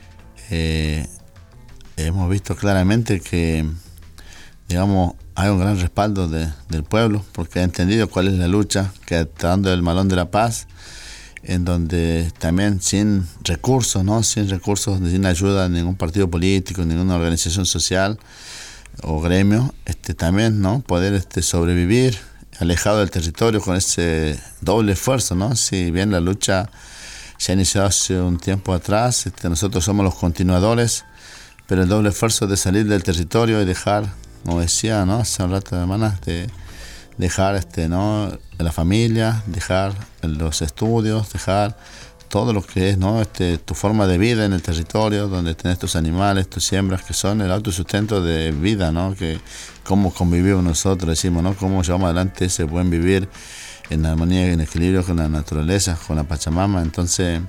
eh, hemos visto claramente que, digamos, hay un gran respaldo de, del pueblo, porque ha entendido cuál es la lucha que está dando el Malón de la Paz, en donde también sin recursos, ¿no? sin recursos, sin ayuda de ningún partido político, ninguna organización social o gremio, este, también, ¿no? poder este, sobrevivir alejado del territorio con ese doble esfuerzo, ¿no? Si bien la lucha se ha iniciado hace un tiempo atrás, este, nosotros somos los continuadores, pero el doble esfuerzo de salir del territorio y dejar, como decía, ¿no? hace un rato de semanas, de dejar este, ¿no? la familia, dejar los estudios, dejar todo lo que es, ¿no? este, tu forma de vida en el territorio, donde tenés tus animales, tus siembras, que son el autosustento de vida, ¿no? que cómo convivimos nosotros, decimos, ¿no? cómo llevamos adelante ese buen vivir en armonía y en equilibrio con la naturaleza, con la Pachamama. Entonces,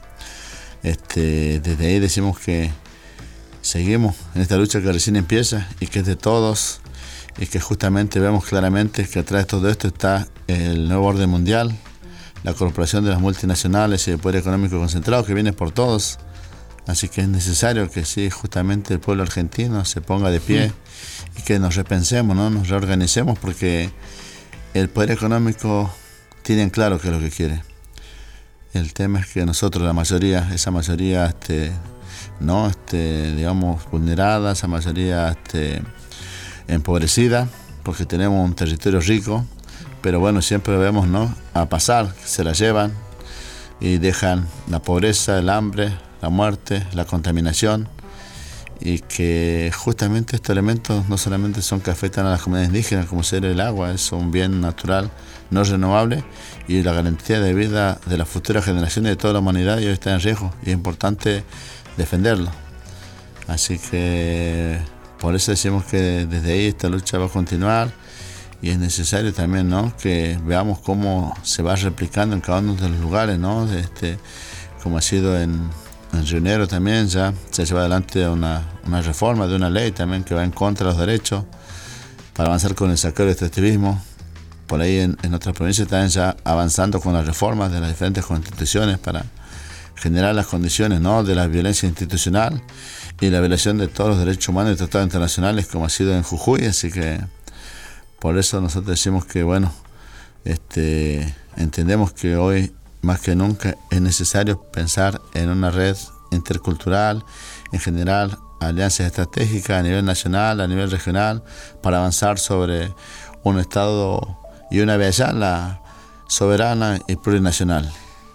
este, desde ahí decimos que seguimos en esta lucha que recién empieza y que es de todos, y que justamente vemos claramente que atrás de todo esto está el nuevo orden mundial, la corporación de las multinacionales y el poder económico concentrado que viene por todos. Así que es necesario que sí, justamente el pueblo argentino se ponga de pie y que nos repensemos, ¿no? nos reorganicemos, porque el poder económico tienen claro qué es lo que quiere. El tema es que nosotros, la mayoría, esa mayoría, este, no, este, digamos, vulnerada, esa mayoría, este, empobrecida, porque tenemos un territorio rico, pero bueno, siempre vemos, ¿no?, a pasar, se la llevan y dejan la pobreza, el hambre, la muerte, la contaminación, y que justamente estos elementos no solamente son que afectan a las comunidades indígenas, como ser el agua, es un bien natural no renovable, y la garantía de vida de las futuras generaciones de toda la humanidad y hoy está en riesgo, y es importante defenderlo. Así que por eso decimos que desde ahí esta lucha va a continuar, y es necesario también, ¿no?, que veamos cómo se va replicando en cada uno de los lugares, ¿no?, este, como ha sido en, en Río Negro también, ya se lleva adelante una, una reforma de una ley también que va en contra de los derechos para avanzar con el saqueo del extractivismo. Por ahí en, en otras provincias están ya avanzando con las reformas de las diferentes constituciones para generar las condiciones, ¿no?, de la violencia institucional y la violación de todos los derechos humanos y tratados internacionales, como ha sido en Jujuy. Así que por eso nosotros decimos que, bueno, este, entendemos que hoy más que nunca es necesario pensar en una red intercultural, en general alianzas estratégicas a nivel nacional, a nivel regional, para avanzar sobre un Estado y una Villayala soberana y plurinacional.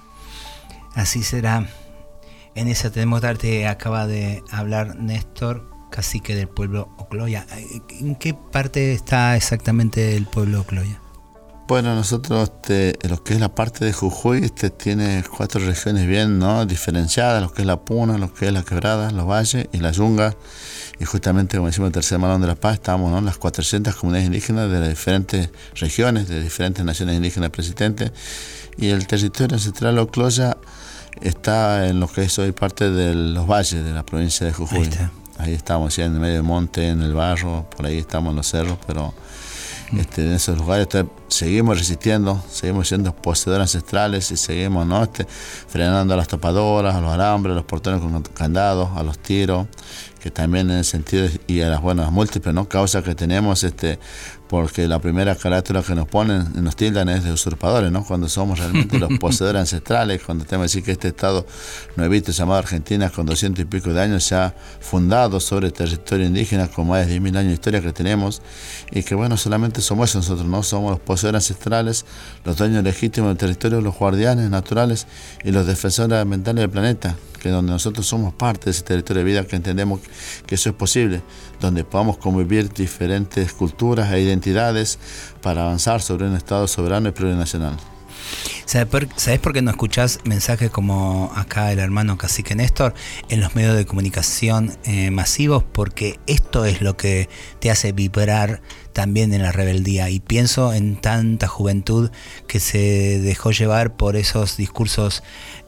Así será. En esa tenemos que darte, acaba de hablar Néstor, cacique del pueblo Ocloya. ¿En qué parte está exactamente el pueblo Ocloya? Bueno, nosotros, este, lo que es la parte de Jujuy, este, tiene cuatro regiones bien, ¿no?, diferenciadas, lo que es la Puna, lo que es la Quebrada, los valles y la Yunga. Y justamente, como decimos, el tercer Malón de la Paz, estamos, ¿no?, las cuatrocientas comunidades indígenas de las diferentes regiones, de diferentes naciones indígenas persistentes. Y el territorio ancestral Ocloya está en lo que es hoy parte de los valles de la provincia de Jujuy. Ahí, está. Ahí estamos, ya en el medio del monte, en el barro, por ahí estamos en los cerros, pero Este, en esos lugares este, seguimos resistiendo, seguimos siendo poseedores ancestrales y seguimos, ¿no?, este, frenando a las topadoras, a los alambres, a los portones con candados, a los tiros, que también en el sentido, y a las buenas múltiples, ¿no?, causas que tenemos, este, porque la primera carátula que nos ponen, nos tildan, es de usurpadores, ¿no?, cuando somos realmente los poseedores ancestrales, cuando tenemos que decir que este Estado nuevito llamado Argentina, con doscientos y pico de años, se ha fundado sobre el territorio indígena con más de diez mil años de historia que tenemos, y que bueno, solamente somos eso nosotros, ¿no?, somos los poseedores ancestrales, los dueños legítimos del territorio, los guardianes naturales y los defensores ambientales del planeta, que donde nosotros somos parte de ese territorio de vida, que entendemos que eso es posible, donde podamos convivir diferentes culturas e identidades para avanzar sobre un Estado soberano y plurinacional. ¿Sabes por, ¿Sabes por qué no escuchás mensajes como acá el hermano cacique Néstor en los medios de comunicación eh, masivos? Porque esto es lo que te hace vibrar también en la rebeldía, y pienso en tanta juventud que se dejó llevar por esos discursos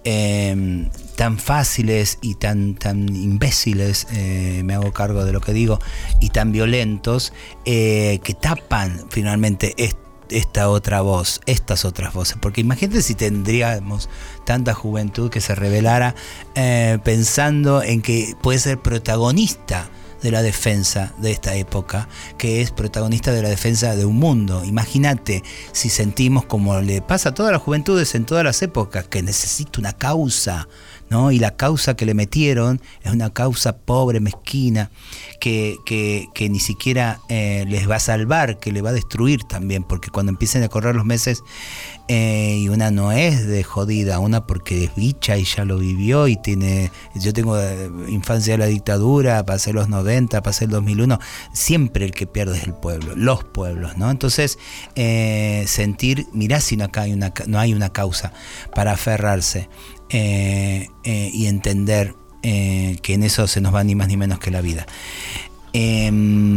eh, tan fáciles y tan, tan imbéciles, eh, me hago cargo de lo que digo, y tan violentos, eh, que tapan finalmente esto, esta otra voz, estas otras voces, porque imagínate si tendríamos tanta juventud que se rebelara eh, pensando en que puede ser protagonista de la defensa de esta época, que es protagonista de la defensa de un mundo. Imagínate si sentimos, como le pasa a todas las juventudes en todas las épocas, que necesita una causa, ¿no? Y la causa que le metieron es una causa pobre, mezquina, que, que, que ni siquiera eh, les va a salvar, que le va a destruir también, porque cuando empiecen a correr los meses, eh, y una no es de jodida, una porque es bicha y ya lo vivió y tiene, yo tengo infancia de la dictadura, pasé los noventa, pasé el dos mil uno, siempre el que pierde es el pueblo, los pueblos, ¿no? Entonces, eh, sentir, mirá si no, acá hay una, no hay una causa para aferrarse. Eh, eh, y entender eh, que en eso se nos va ni más ni menos que la vida. Eh,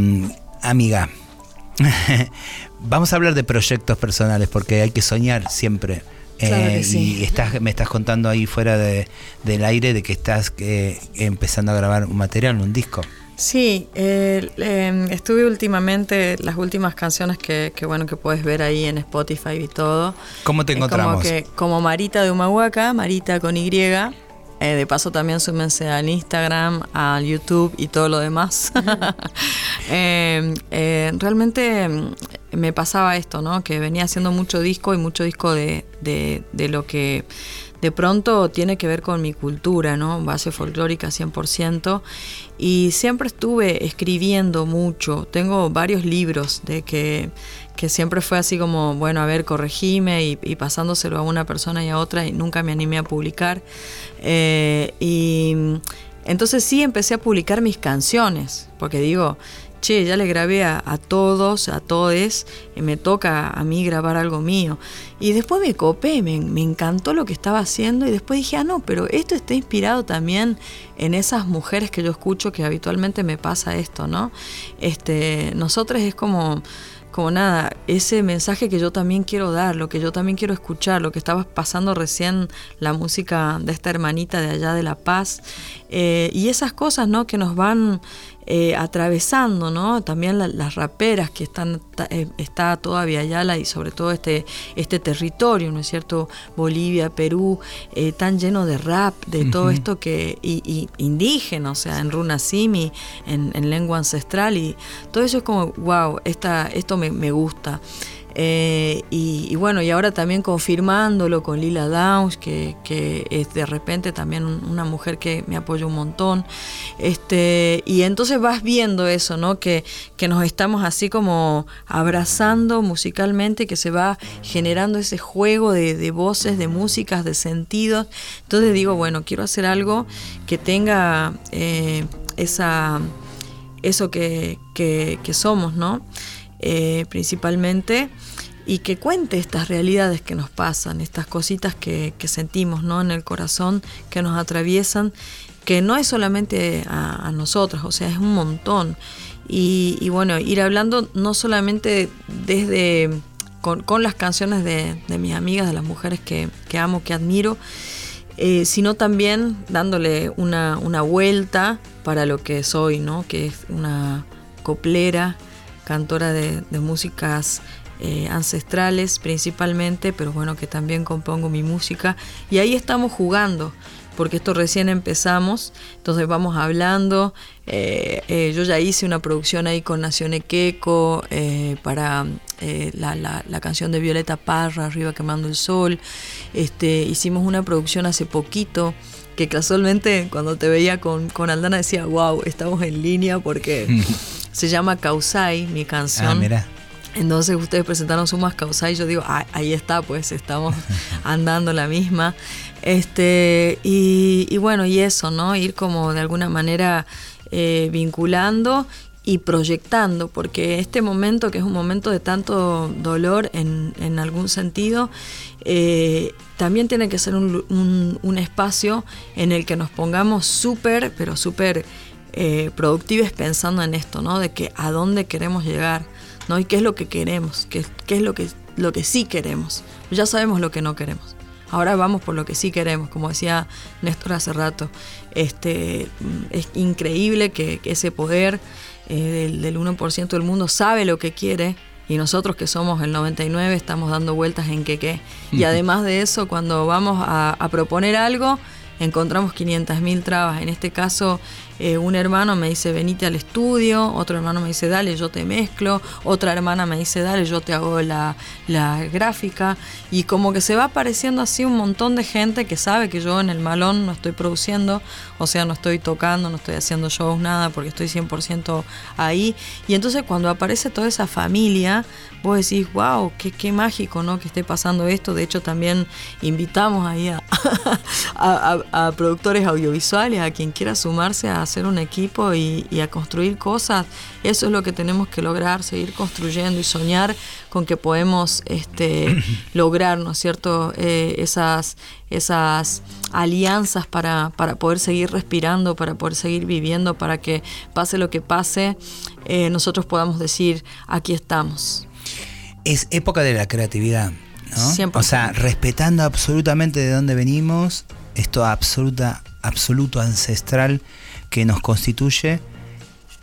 amiga, vamos a hablar de proyectos personales, porque hay que soñar siempre. Eh, claro que sí. Y estás, me estás contando ahí fuera de, del aire de que estás eh, empezando a grabar un material, un disco. Sí, eh, eh, estuve últimamente, las últimas canciones que, que bueno que puedes ver ahí en Spotify y todo. ¿Cómo te encontramos? Como, que, como Marita de Humahuaca, Marita con Y. Eh, de paso también súmense al Instagram, al YouTube y todo lo demás. eh, eh, realmente me pasaba esto, ¿no? Que venía haciendo mucho disco y mucho disco de, de, de lo que de pronto tiene que ver con mi cultura, ¿no? Base folclórica cien por ciento. Y siempre estuve escribiendo mucho. Tengo varios libros de que, que siempre fue así como, bueno, a ver, corregime y, y pasándoselo a una persona y a otra y nunca me animé a publicar. Eh, y entonces sí empecé a publicar mis canciones, porque digo, che, ya le grabé a, a todos, a todes, y me toca a mí grabar algo mío. Y después me copé, me, me encantó lo que estaba haciendo y después dije, ah, no, pero esto está inspirado también en esas mujeres que yo escucho que habitualmente me pasa esto, ¿no? Este, nosotros es como... como nada, ese mensaje que yo también quiero dar, lo que yo también quiero escuchar, lo que estaba pasando recién, la música de esta hermanita de allá de La Paz, eh, y esas cosas, ¿no? Que nos van eh, atravesando, ¿no? También la, las raperas que están, eh, está toda Viayala y sobre todo este, este territorio, ¿no es cierto? Bolivia, Perú, eh, tan lleno de rap, de uh-huh. todo esto que, y, y indígena, o sea, en runa simi, en, en lengua ancestral, y todo eso es como, wow, esta, esto me, me gusta. Eh, y, y bueno, y ahora también confirmándolo con Lila Downs, que, que es de repente también una mujer que me apoya un montón. Este, y entonces vas viendo eso, ¿no? Que, que nos estamos así como abrazando musicalmente, que se va generando ese juego de, de voces, de músicas, de sentidos. Entonces digo, bueno, quiero hacer algo que tenga eh, esa, eso que, que, que somos, ¿no? Eh, principalmente, y que cuente estas realidades que nos pasan, estas cositas que, que sentimos, ¿no? En el corazón, que nos atraviesan, que no es solamente a, a nosotros, o sea, es un montón. Y, y bueno, ir hablando no solamente desde con, con las canciones de, de mis amigas, de las mujeres que, que amo, que admiro, eh, sino también dándole una, una vuelta para lo que soy, ¿no? Que es una coplera, cantora de, de músicas eh, ancestrales principalmente, pero bueno, que también compongo mi música. Y ahí estamos jugando, porque esto recién empezamos, entonces vamos hablando. Eh, eh, yo ya hice una producción ahí con Nacione Queco eh, para eh, la, la, la canción de Violeta Parra, Arriba Quemando el Sol. Este, hicimos una producción hace poquito, que casualmente cuando te veía con, con Aldana decía, wow, estamos en línea porque... Se llama Causay, mi canción. Ah, mira. Entonces ustedes presentaron Sumas Causay, yo digo, ah, ahí está, pues estamos andando la misma. Este, y, y bueno, y eso, ¿no? Ir como de alguna manera eh, vinculando y proyectando, porque este momento, que es un momento de tanto dolor en, en algún sentido, eh, también tiene que ser un, un, un espacio en el que nos pongamos súper, pero súper... Eh, productivas pensando en esto, ¿no? De que a dónde queremos llegar, ¿no? Y qué es lo que queremos, qué, qué es lo que, lo que sí queremos. Ya sabemos lo que no queremos. Ahora vamos por lo que sí queremos, como decía Néstor hace rato. Este, es increíble que, que ese poder eh, del, del uno por ciento del mundo sabe lo que quiere, y nosotros que somos el noventa y nueve por ciento estamos dando vueltas en qué qué. Y además de eso, cuando vamos a, a proponer algo, encontramos quinientas mil trabas. En este caso, eh, un hermano me dice, venite al estudio, otro hermano me dice, dale, yo te mezclo, otra hermana me dice, dale, yo te hago la, la gráfica, y como que se va apareciendo así un montón de gente que sabe que yo en el malón no estoy produciendo, o sea, no estoy tocando, no estoy haciendo shows, nada, porque estoy cien por ciento ahí, y entonces cuando aparece toda esa familia, vos decís, wow, qué, qué mágico, ¿no? Que esté pasando esto. De hecho, también invitamos ahí a, a, a, a productores audiovisuales, a quien quiera sumarse a hacer un equipo y, y a construir cosas. Eso es lo que tenemos que lograr, seguir construyendo y soñar con que podemos este, lograr, ¿no es cierto?, eh, esas, esas alianzas para, para poder seguir respirando, para poder seguir viviendo, para que pase lo que pase, eh, nosotros podamos decir, aquí estamos. Es época de la creatividad, ¿no? cien por ciento. O sea, respetando absolutamente de dónde venimos, esto absoluta, absoluto ancestral que nos constituye,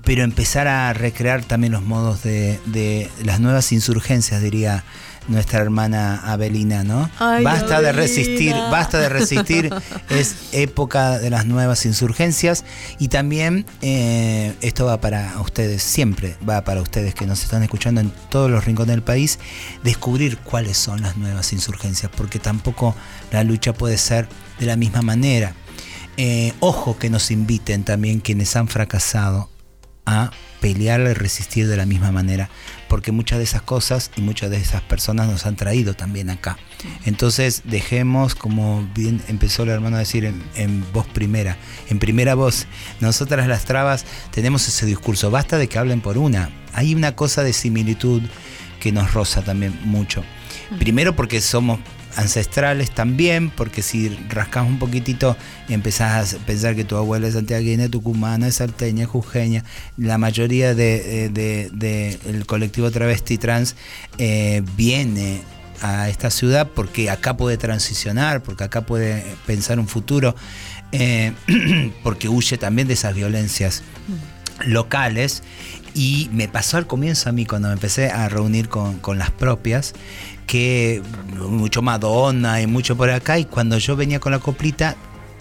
pero empezar a recrear también los modos de, de las nuevas insurgencias, diría nuestra hermana Abelina, ¿no? Ay, basta Abelina. de resistir, basta de resistir, es época de las nuevas insurgencias. Y también eh, esto va para ustedes, siempre va para ustedes que nos están escuchando en todos los rincones del país, descubrir cuáles son las nuevas insurgencias, porque tampoco la lucha puede ser de la misma manera. Eh, ojo que nos inviten también quienes han fracasado a pelear y resistir de la misma manera, porque muchas de esas cosas y muchas de esas personas nos han traído también acá. Entonces dejemos, como bien empezó la hermana a decir en, en voz primera, en primera voz, nosotras las trabas tenemos ese discurso, basta de que hablen por una. Hay una cosa de similitud que nos roza también mucho. Primero porque somos ancestrales también, porque si rascas un poquitito empezás a pensar que tu abuela es santiagueña, tucumana, es salteña, jujeña. La mayoría de, de, de, de el colectivo travesti trans eh, viene a esta ciudad porque acá puede transicionar, porque acá puede pensar un futuro, eh, porque huye también de esas violencias locales. Y me pasó al comienzo a mí cuando me empecé a reunir con, con las propias, que mucho Madonna y mucho por acá, y cuando yo venía con la coplita,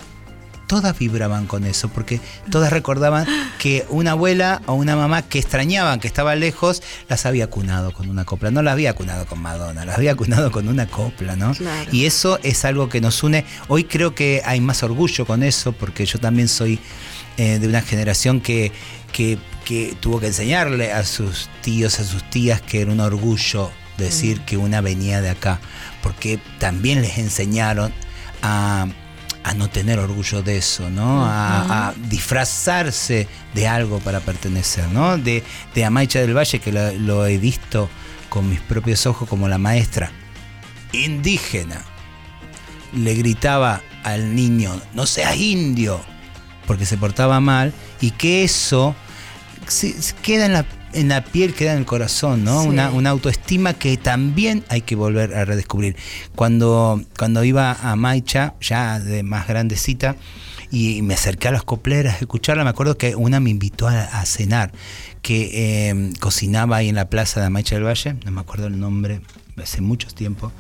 todas vibraban con eso, porque todas recordaban que una abuela o una mamá que extrañaban, que estaba lejos, las había cunado con una copla. No las había cunado con Madonna, las había cunado con una copla, ¿no? Claro. Y eso es algo que nos une. Hoy creo que hay más orgullo con eso, porque yo también soy eh, de una generación que, que, que tuvo que enseñarle a sus tíos, a sus tías, que era un orgullo decir que una venía de acá, porque también les enseñaron a, a no tener orgullo de eso, ¿no? A, a disfrazarse de algo para pertenecer, ¿no? De, de Amaicha del Valle, que lo, lo he visto con mis propios ojos, como la maestra indígena le gritaba al niño, no seas indio, porque se portaba mal, y que eso se, se queda en la en la piel, queda en el corazón, ¿no? Sí. Una, una autoestima que también hay que volver a redescubrir. Cuando, cuando iba a Maicha, ya de más grandecita, y me acerqué a las copleras a escucharla, me acuerdo que una me invitó a, a cenar, que eh, cocinaba ahí en la plaza de Amaicha del Valle, no me acuerdo el nombre, hace mucho tiempo,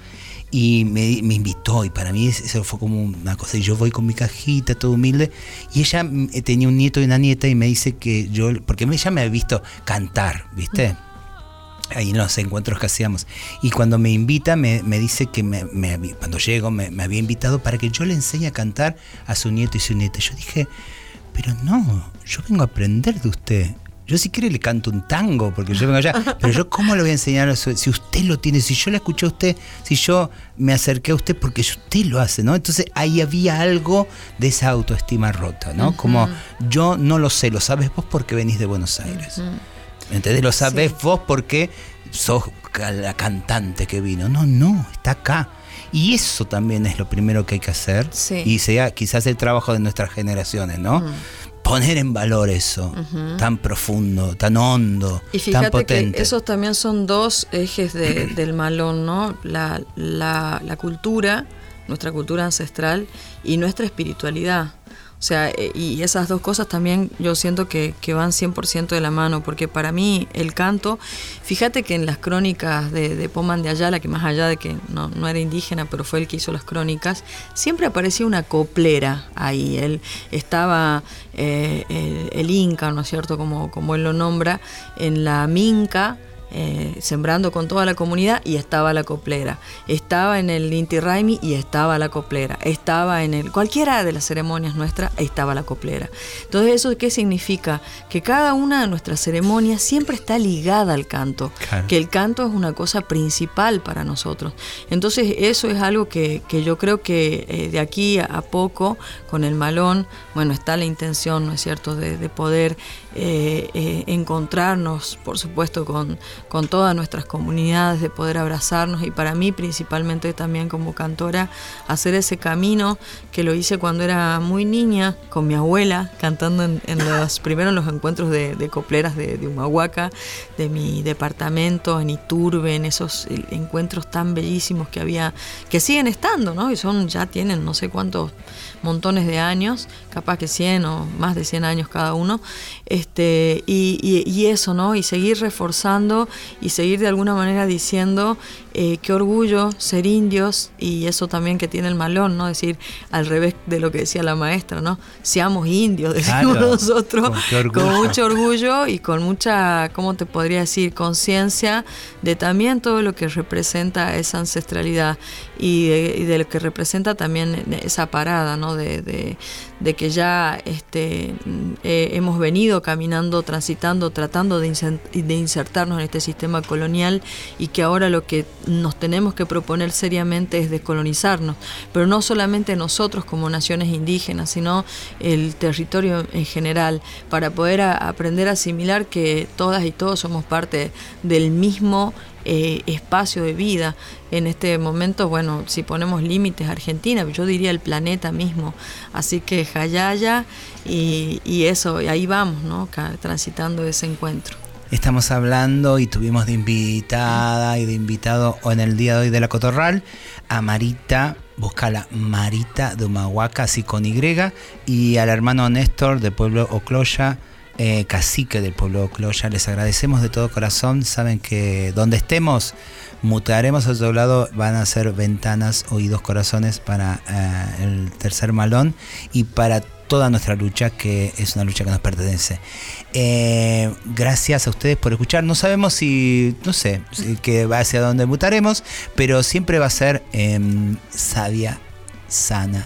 y me, me invitó, y para mí eso fue como una cosa, y yo voy con mi cajita, todo humilde, y ella tenía un nieto y una nieta, y me dice que yo, porque ella me había visto cantar, ¿viste? Ahí en los encuentros que hacíamos, y cuando me invita me, me dice que me, me, cuando llego me, me había invitado para que yo le enseñe a cantar a su nieto y su nieta. Yo dije, pero no, yo vengo a aprender de usted. Yo si quiere le canto un tango, porque yo vengo allá, pero yo cómo le voy a enseñar a su, si usted lo tiene, si yo le escuché a usted, si yo me acerqué a usted, porque usted lo hace, ¿no? Entonces ahí había algo de esa autoestima rota, ¿no? Uh-huh. Como yo no lo sé, lo sabes vos porque venís de Buenos Aires. Uh-huh. ¿Entendés? Lo sabés sí. vos porque sos la cantante que vino. No, no, está acá. Y eso también es lo primero que hay que hacer. Sí. Y sea quizás el trabajo de nuestras generaciones, ¿no? Uh-huh. Poner en valor eso, uh-huh. tan profundo, tan hondo, y fíjate tan potente. Que esos también son dos ejes de, del malón, ¿no? La, la, la cultura, nuestra cultura ancestral y nuestra espiritualidad. O sea, y esas dos cosas también yo siento que, que van cien por ciento de la mano, porque para mí el canto, fíjate que en las crónicas de, de Pomán de Ayala, que más allá de que no, no era indígena, pero fue el que hizo las crónicas, siempre aparecía una coplera ahí. Él estaba eh, el, el Inca, ¿no es cierto?, como, como él lo nombra, en la minca, Eh, sembrando con toda la comunidad, y estaba la coplera, estaba en el Inti Raymi y estaba la coplera, estaba en el cualquiera de las ceremonias nuestras, estaba la coplera. Entonces, ¿eso qué significa? Que cada una de nuestras ceremonias siempre está ligada al canto, claro. Que el canto es una cosa principal para nosotros. Entonces eso es algo que, que yo creo que eh, de aquí a, a poco, con el malón, bueno, está la intención, ¿no es cierto?, de, de poder eh, eh, encontrarnos, por supuesto, con con todas nuestras comunidades, de poder abrazarnos, y para mí principalmente también como cantora, hacer ese camino que lo hice cuando era muy niña, con mi abuela, cantando en, en los primeros los encuentros de, de copleras de, de Humahuaca, de mi departamento, en Iturbe, en esos encuentros tan bellísimos que había, que siguen estando, ¿no? Y son, ya tienen no sé cuántos montones de años, capaz que cien o más de cien años cada uno, este, y, y, y eso, ¿no? Y seguir reforzando y seguir de alguna manera diciendo eh, qué orgullo ser indios, y eso también que tiene el malón, ¿no? Decir al revés de lo que decía la maestra, ¿no? Seamos indios, decimos claro, nosotros, con, con mucho orgullo y con mucha, ¿cómo te podría decir? Conciencia de también todo lo que representa esa ancestralidad y de, y de lo que representa también esa parada, ¿no? De, de, de que ya este, eh, hemos venido caminando, transitando, tratando de, insert, de insertarnos en este sistema colonial, y que ahora lo que nos tenemos que proponer seriamente es descolonizarnos, pero no solamente nosotros como naciones indígenas, sino el territorio en general, para poder a, aprender a asimilar que todas y todos somos parte del mismo Eh, espacio de vida. En este momento, bueno, si ponemos límites, Argentina, yo diría el planeta mismo. Así que Jayaya y, y eso, y ahí vamos, ¿no? Transitando ese encuentro. Estamos hablando y tuvimos de invitada y de invitado en el día de hoy de La Cotorral a Marita, búscala, Marita de Humahuaca, así con Y, y al hermano Néstor del pueblo Ocloya, Eh, cacique del pueblo de Ocloya. Les agradecemos de todo corazón. Saben que donde estemos, mutaremos a otro lado, van a ser ventanas, oídos, corazones para eh, el tercer malón y para toda nuestra lucha, que es una lucha que nos pertenece. Eh, gracias a ustedes por escuchar. No sabemos si, no sé, si, que va hacia dónde mutaremos, pero siempre va a ser eh, sabia, sana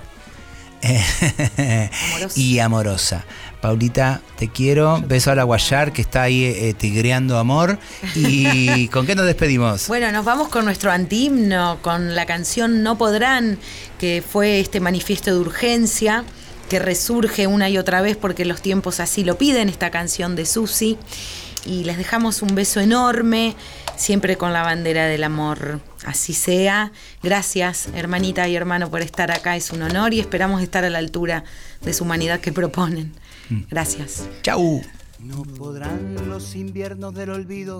amorosa. y amorosa. Paulita, te quiero. Beso a la Guayar, que está ahí eh, tigreando amor. ¿Y con qué nos despedimos? Bueno, nos vamos con nuestro antihimno, con la canción No Podrán, que fue este manifiesto de urgencia que resurge una y otra vez porque los tiempos así lo piden, esta canción de Susi. Y les dejamos un beso enorme, siempre con la bandera del amor. Así sea. Gracias, hermanita y hermano, por estar acá. Es un honor y esperamos estar a la altura de su humanidad que proponen. Gracias. Chau. No podrán los inviernos del olvido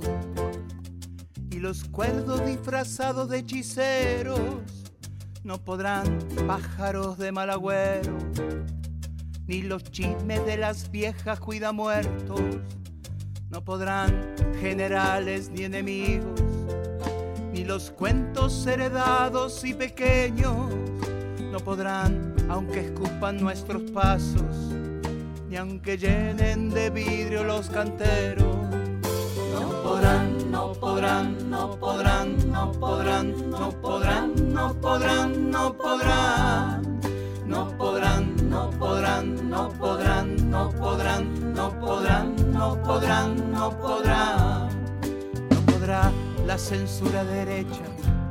y los cuerdos disfrazados de hechiceros. No podrán pájaros de mal agüero, ni los chismes de las viejas cuidamuertos. No podrán generales ni enemigos, ni los cuentos heredados y pequeños. No podrán, aunque escupan nuestros pasos, ni aunque llenen de vidrio los canteros. No podrán, no podrán, no podrán, no podrán, no podrán, no podrán, no podrán. No podrán, no podrán, no podrán, no podrán, no podrán, no podrán, no podrán. No podrá la censura derecha,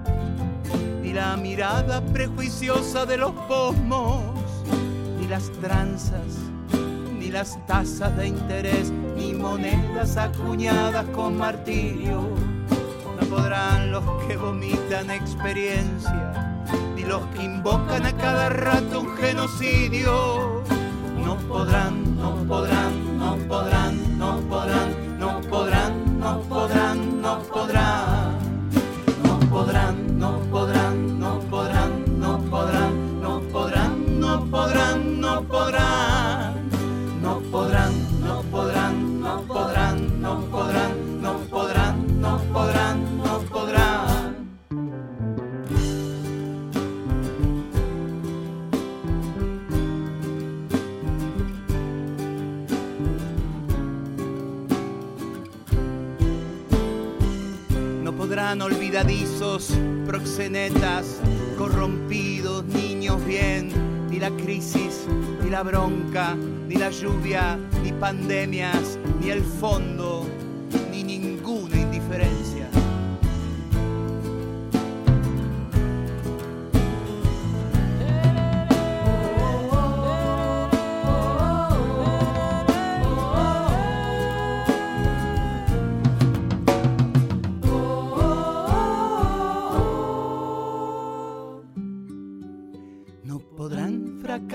ni la mirada prejuiciosa de los posmos, ni las tranzas, ni las tasas de interés, ni monedas acuñadas con martirio. No podrán los que vomitan experiencia, ni los que invocan a cada rato un genocidio. No podrán, no podrán, no podrán, no podrán, no podrán, no podrán, no podrán. No podrán, no podrán, no podrán, no podrán, no podrán, no podrán, no podrán. No podrán, no podrán, no podrán, no podrán, no podrán, no podrán, no podrán. No podrán olvidadizos, proxenetas, corrompidos, niños bien, ni la crisis, ni la bronca, ni la lluvia, ni pandemias, ni el fondo, ni ninguna indiferencia.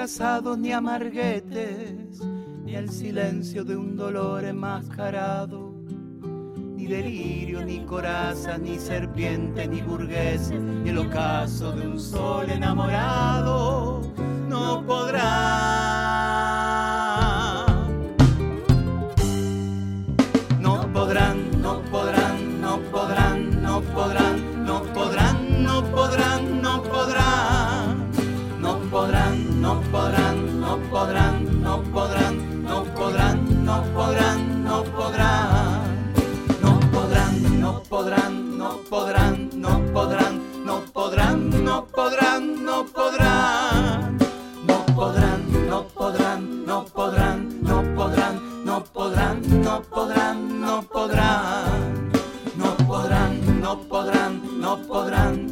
fracasados ni amarguetes, ni el silencio de un dolor enmascarado, ni delirio, ni coraza, ni serpiente, ni burgués, ni el ocaso de un sol enamorado no podrán, no podrán, no podrán, no podrán, no podrán, no podrán, no podrán, no podrán, no podrán, no podrán, no podrán, no podrán, no podrán, no podrán, no podrán. No podrán, no podrán, no podrán, no podrán, no podrán, no podrán, no podrán, no podrán, no podrán, no podrán, no podrán, no podrán, no podrán, no podrán, no podrán, no podrán, no podrán.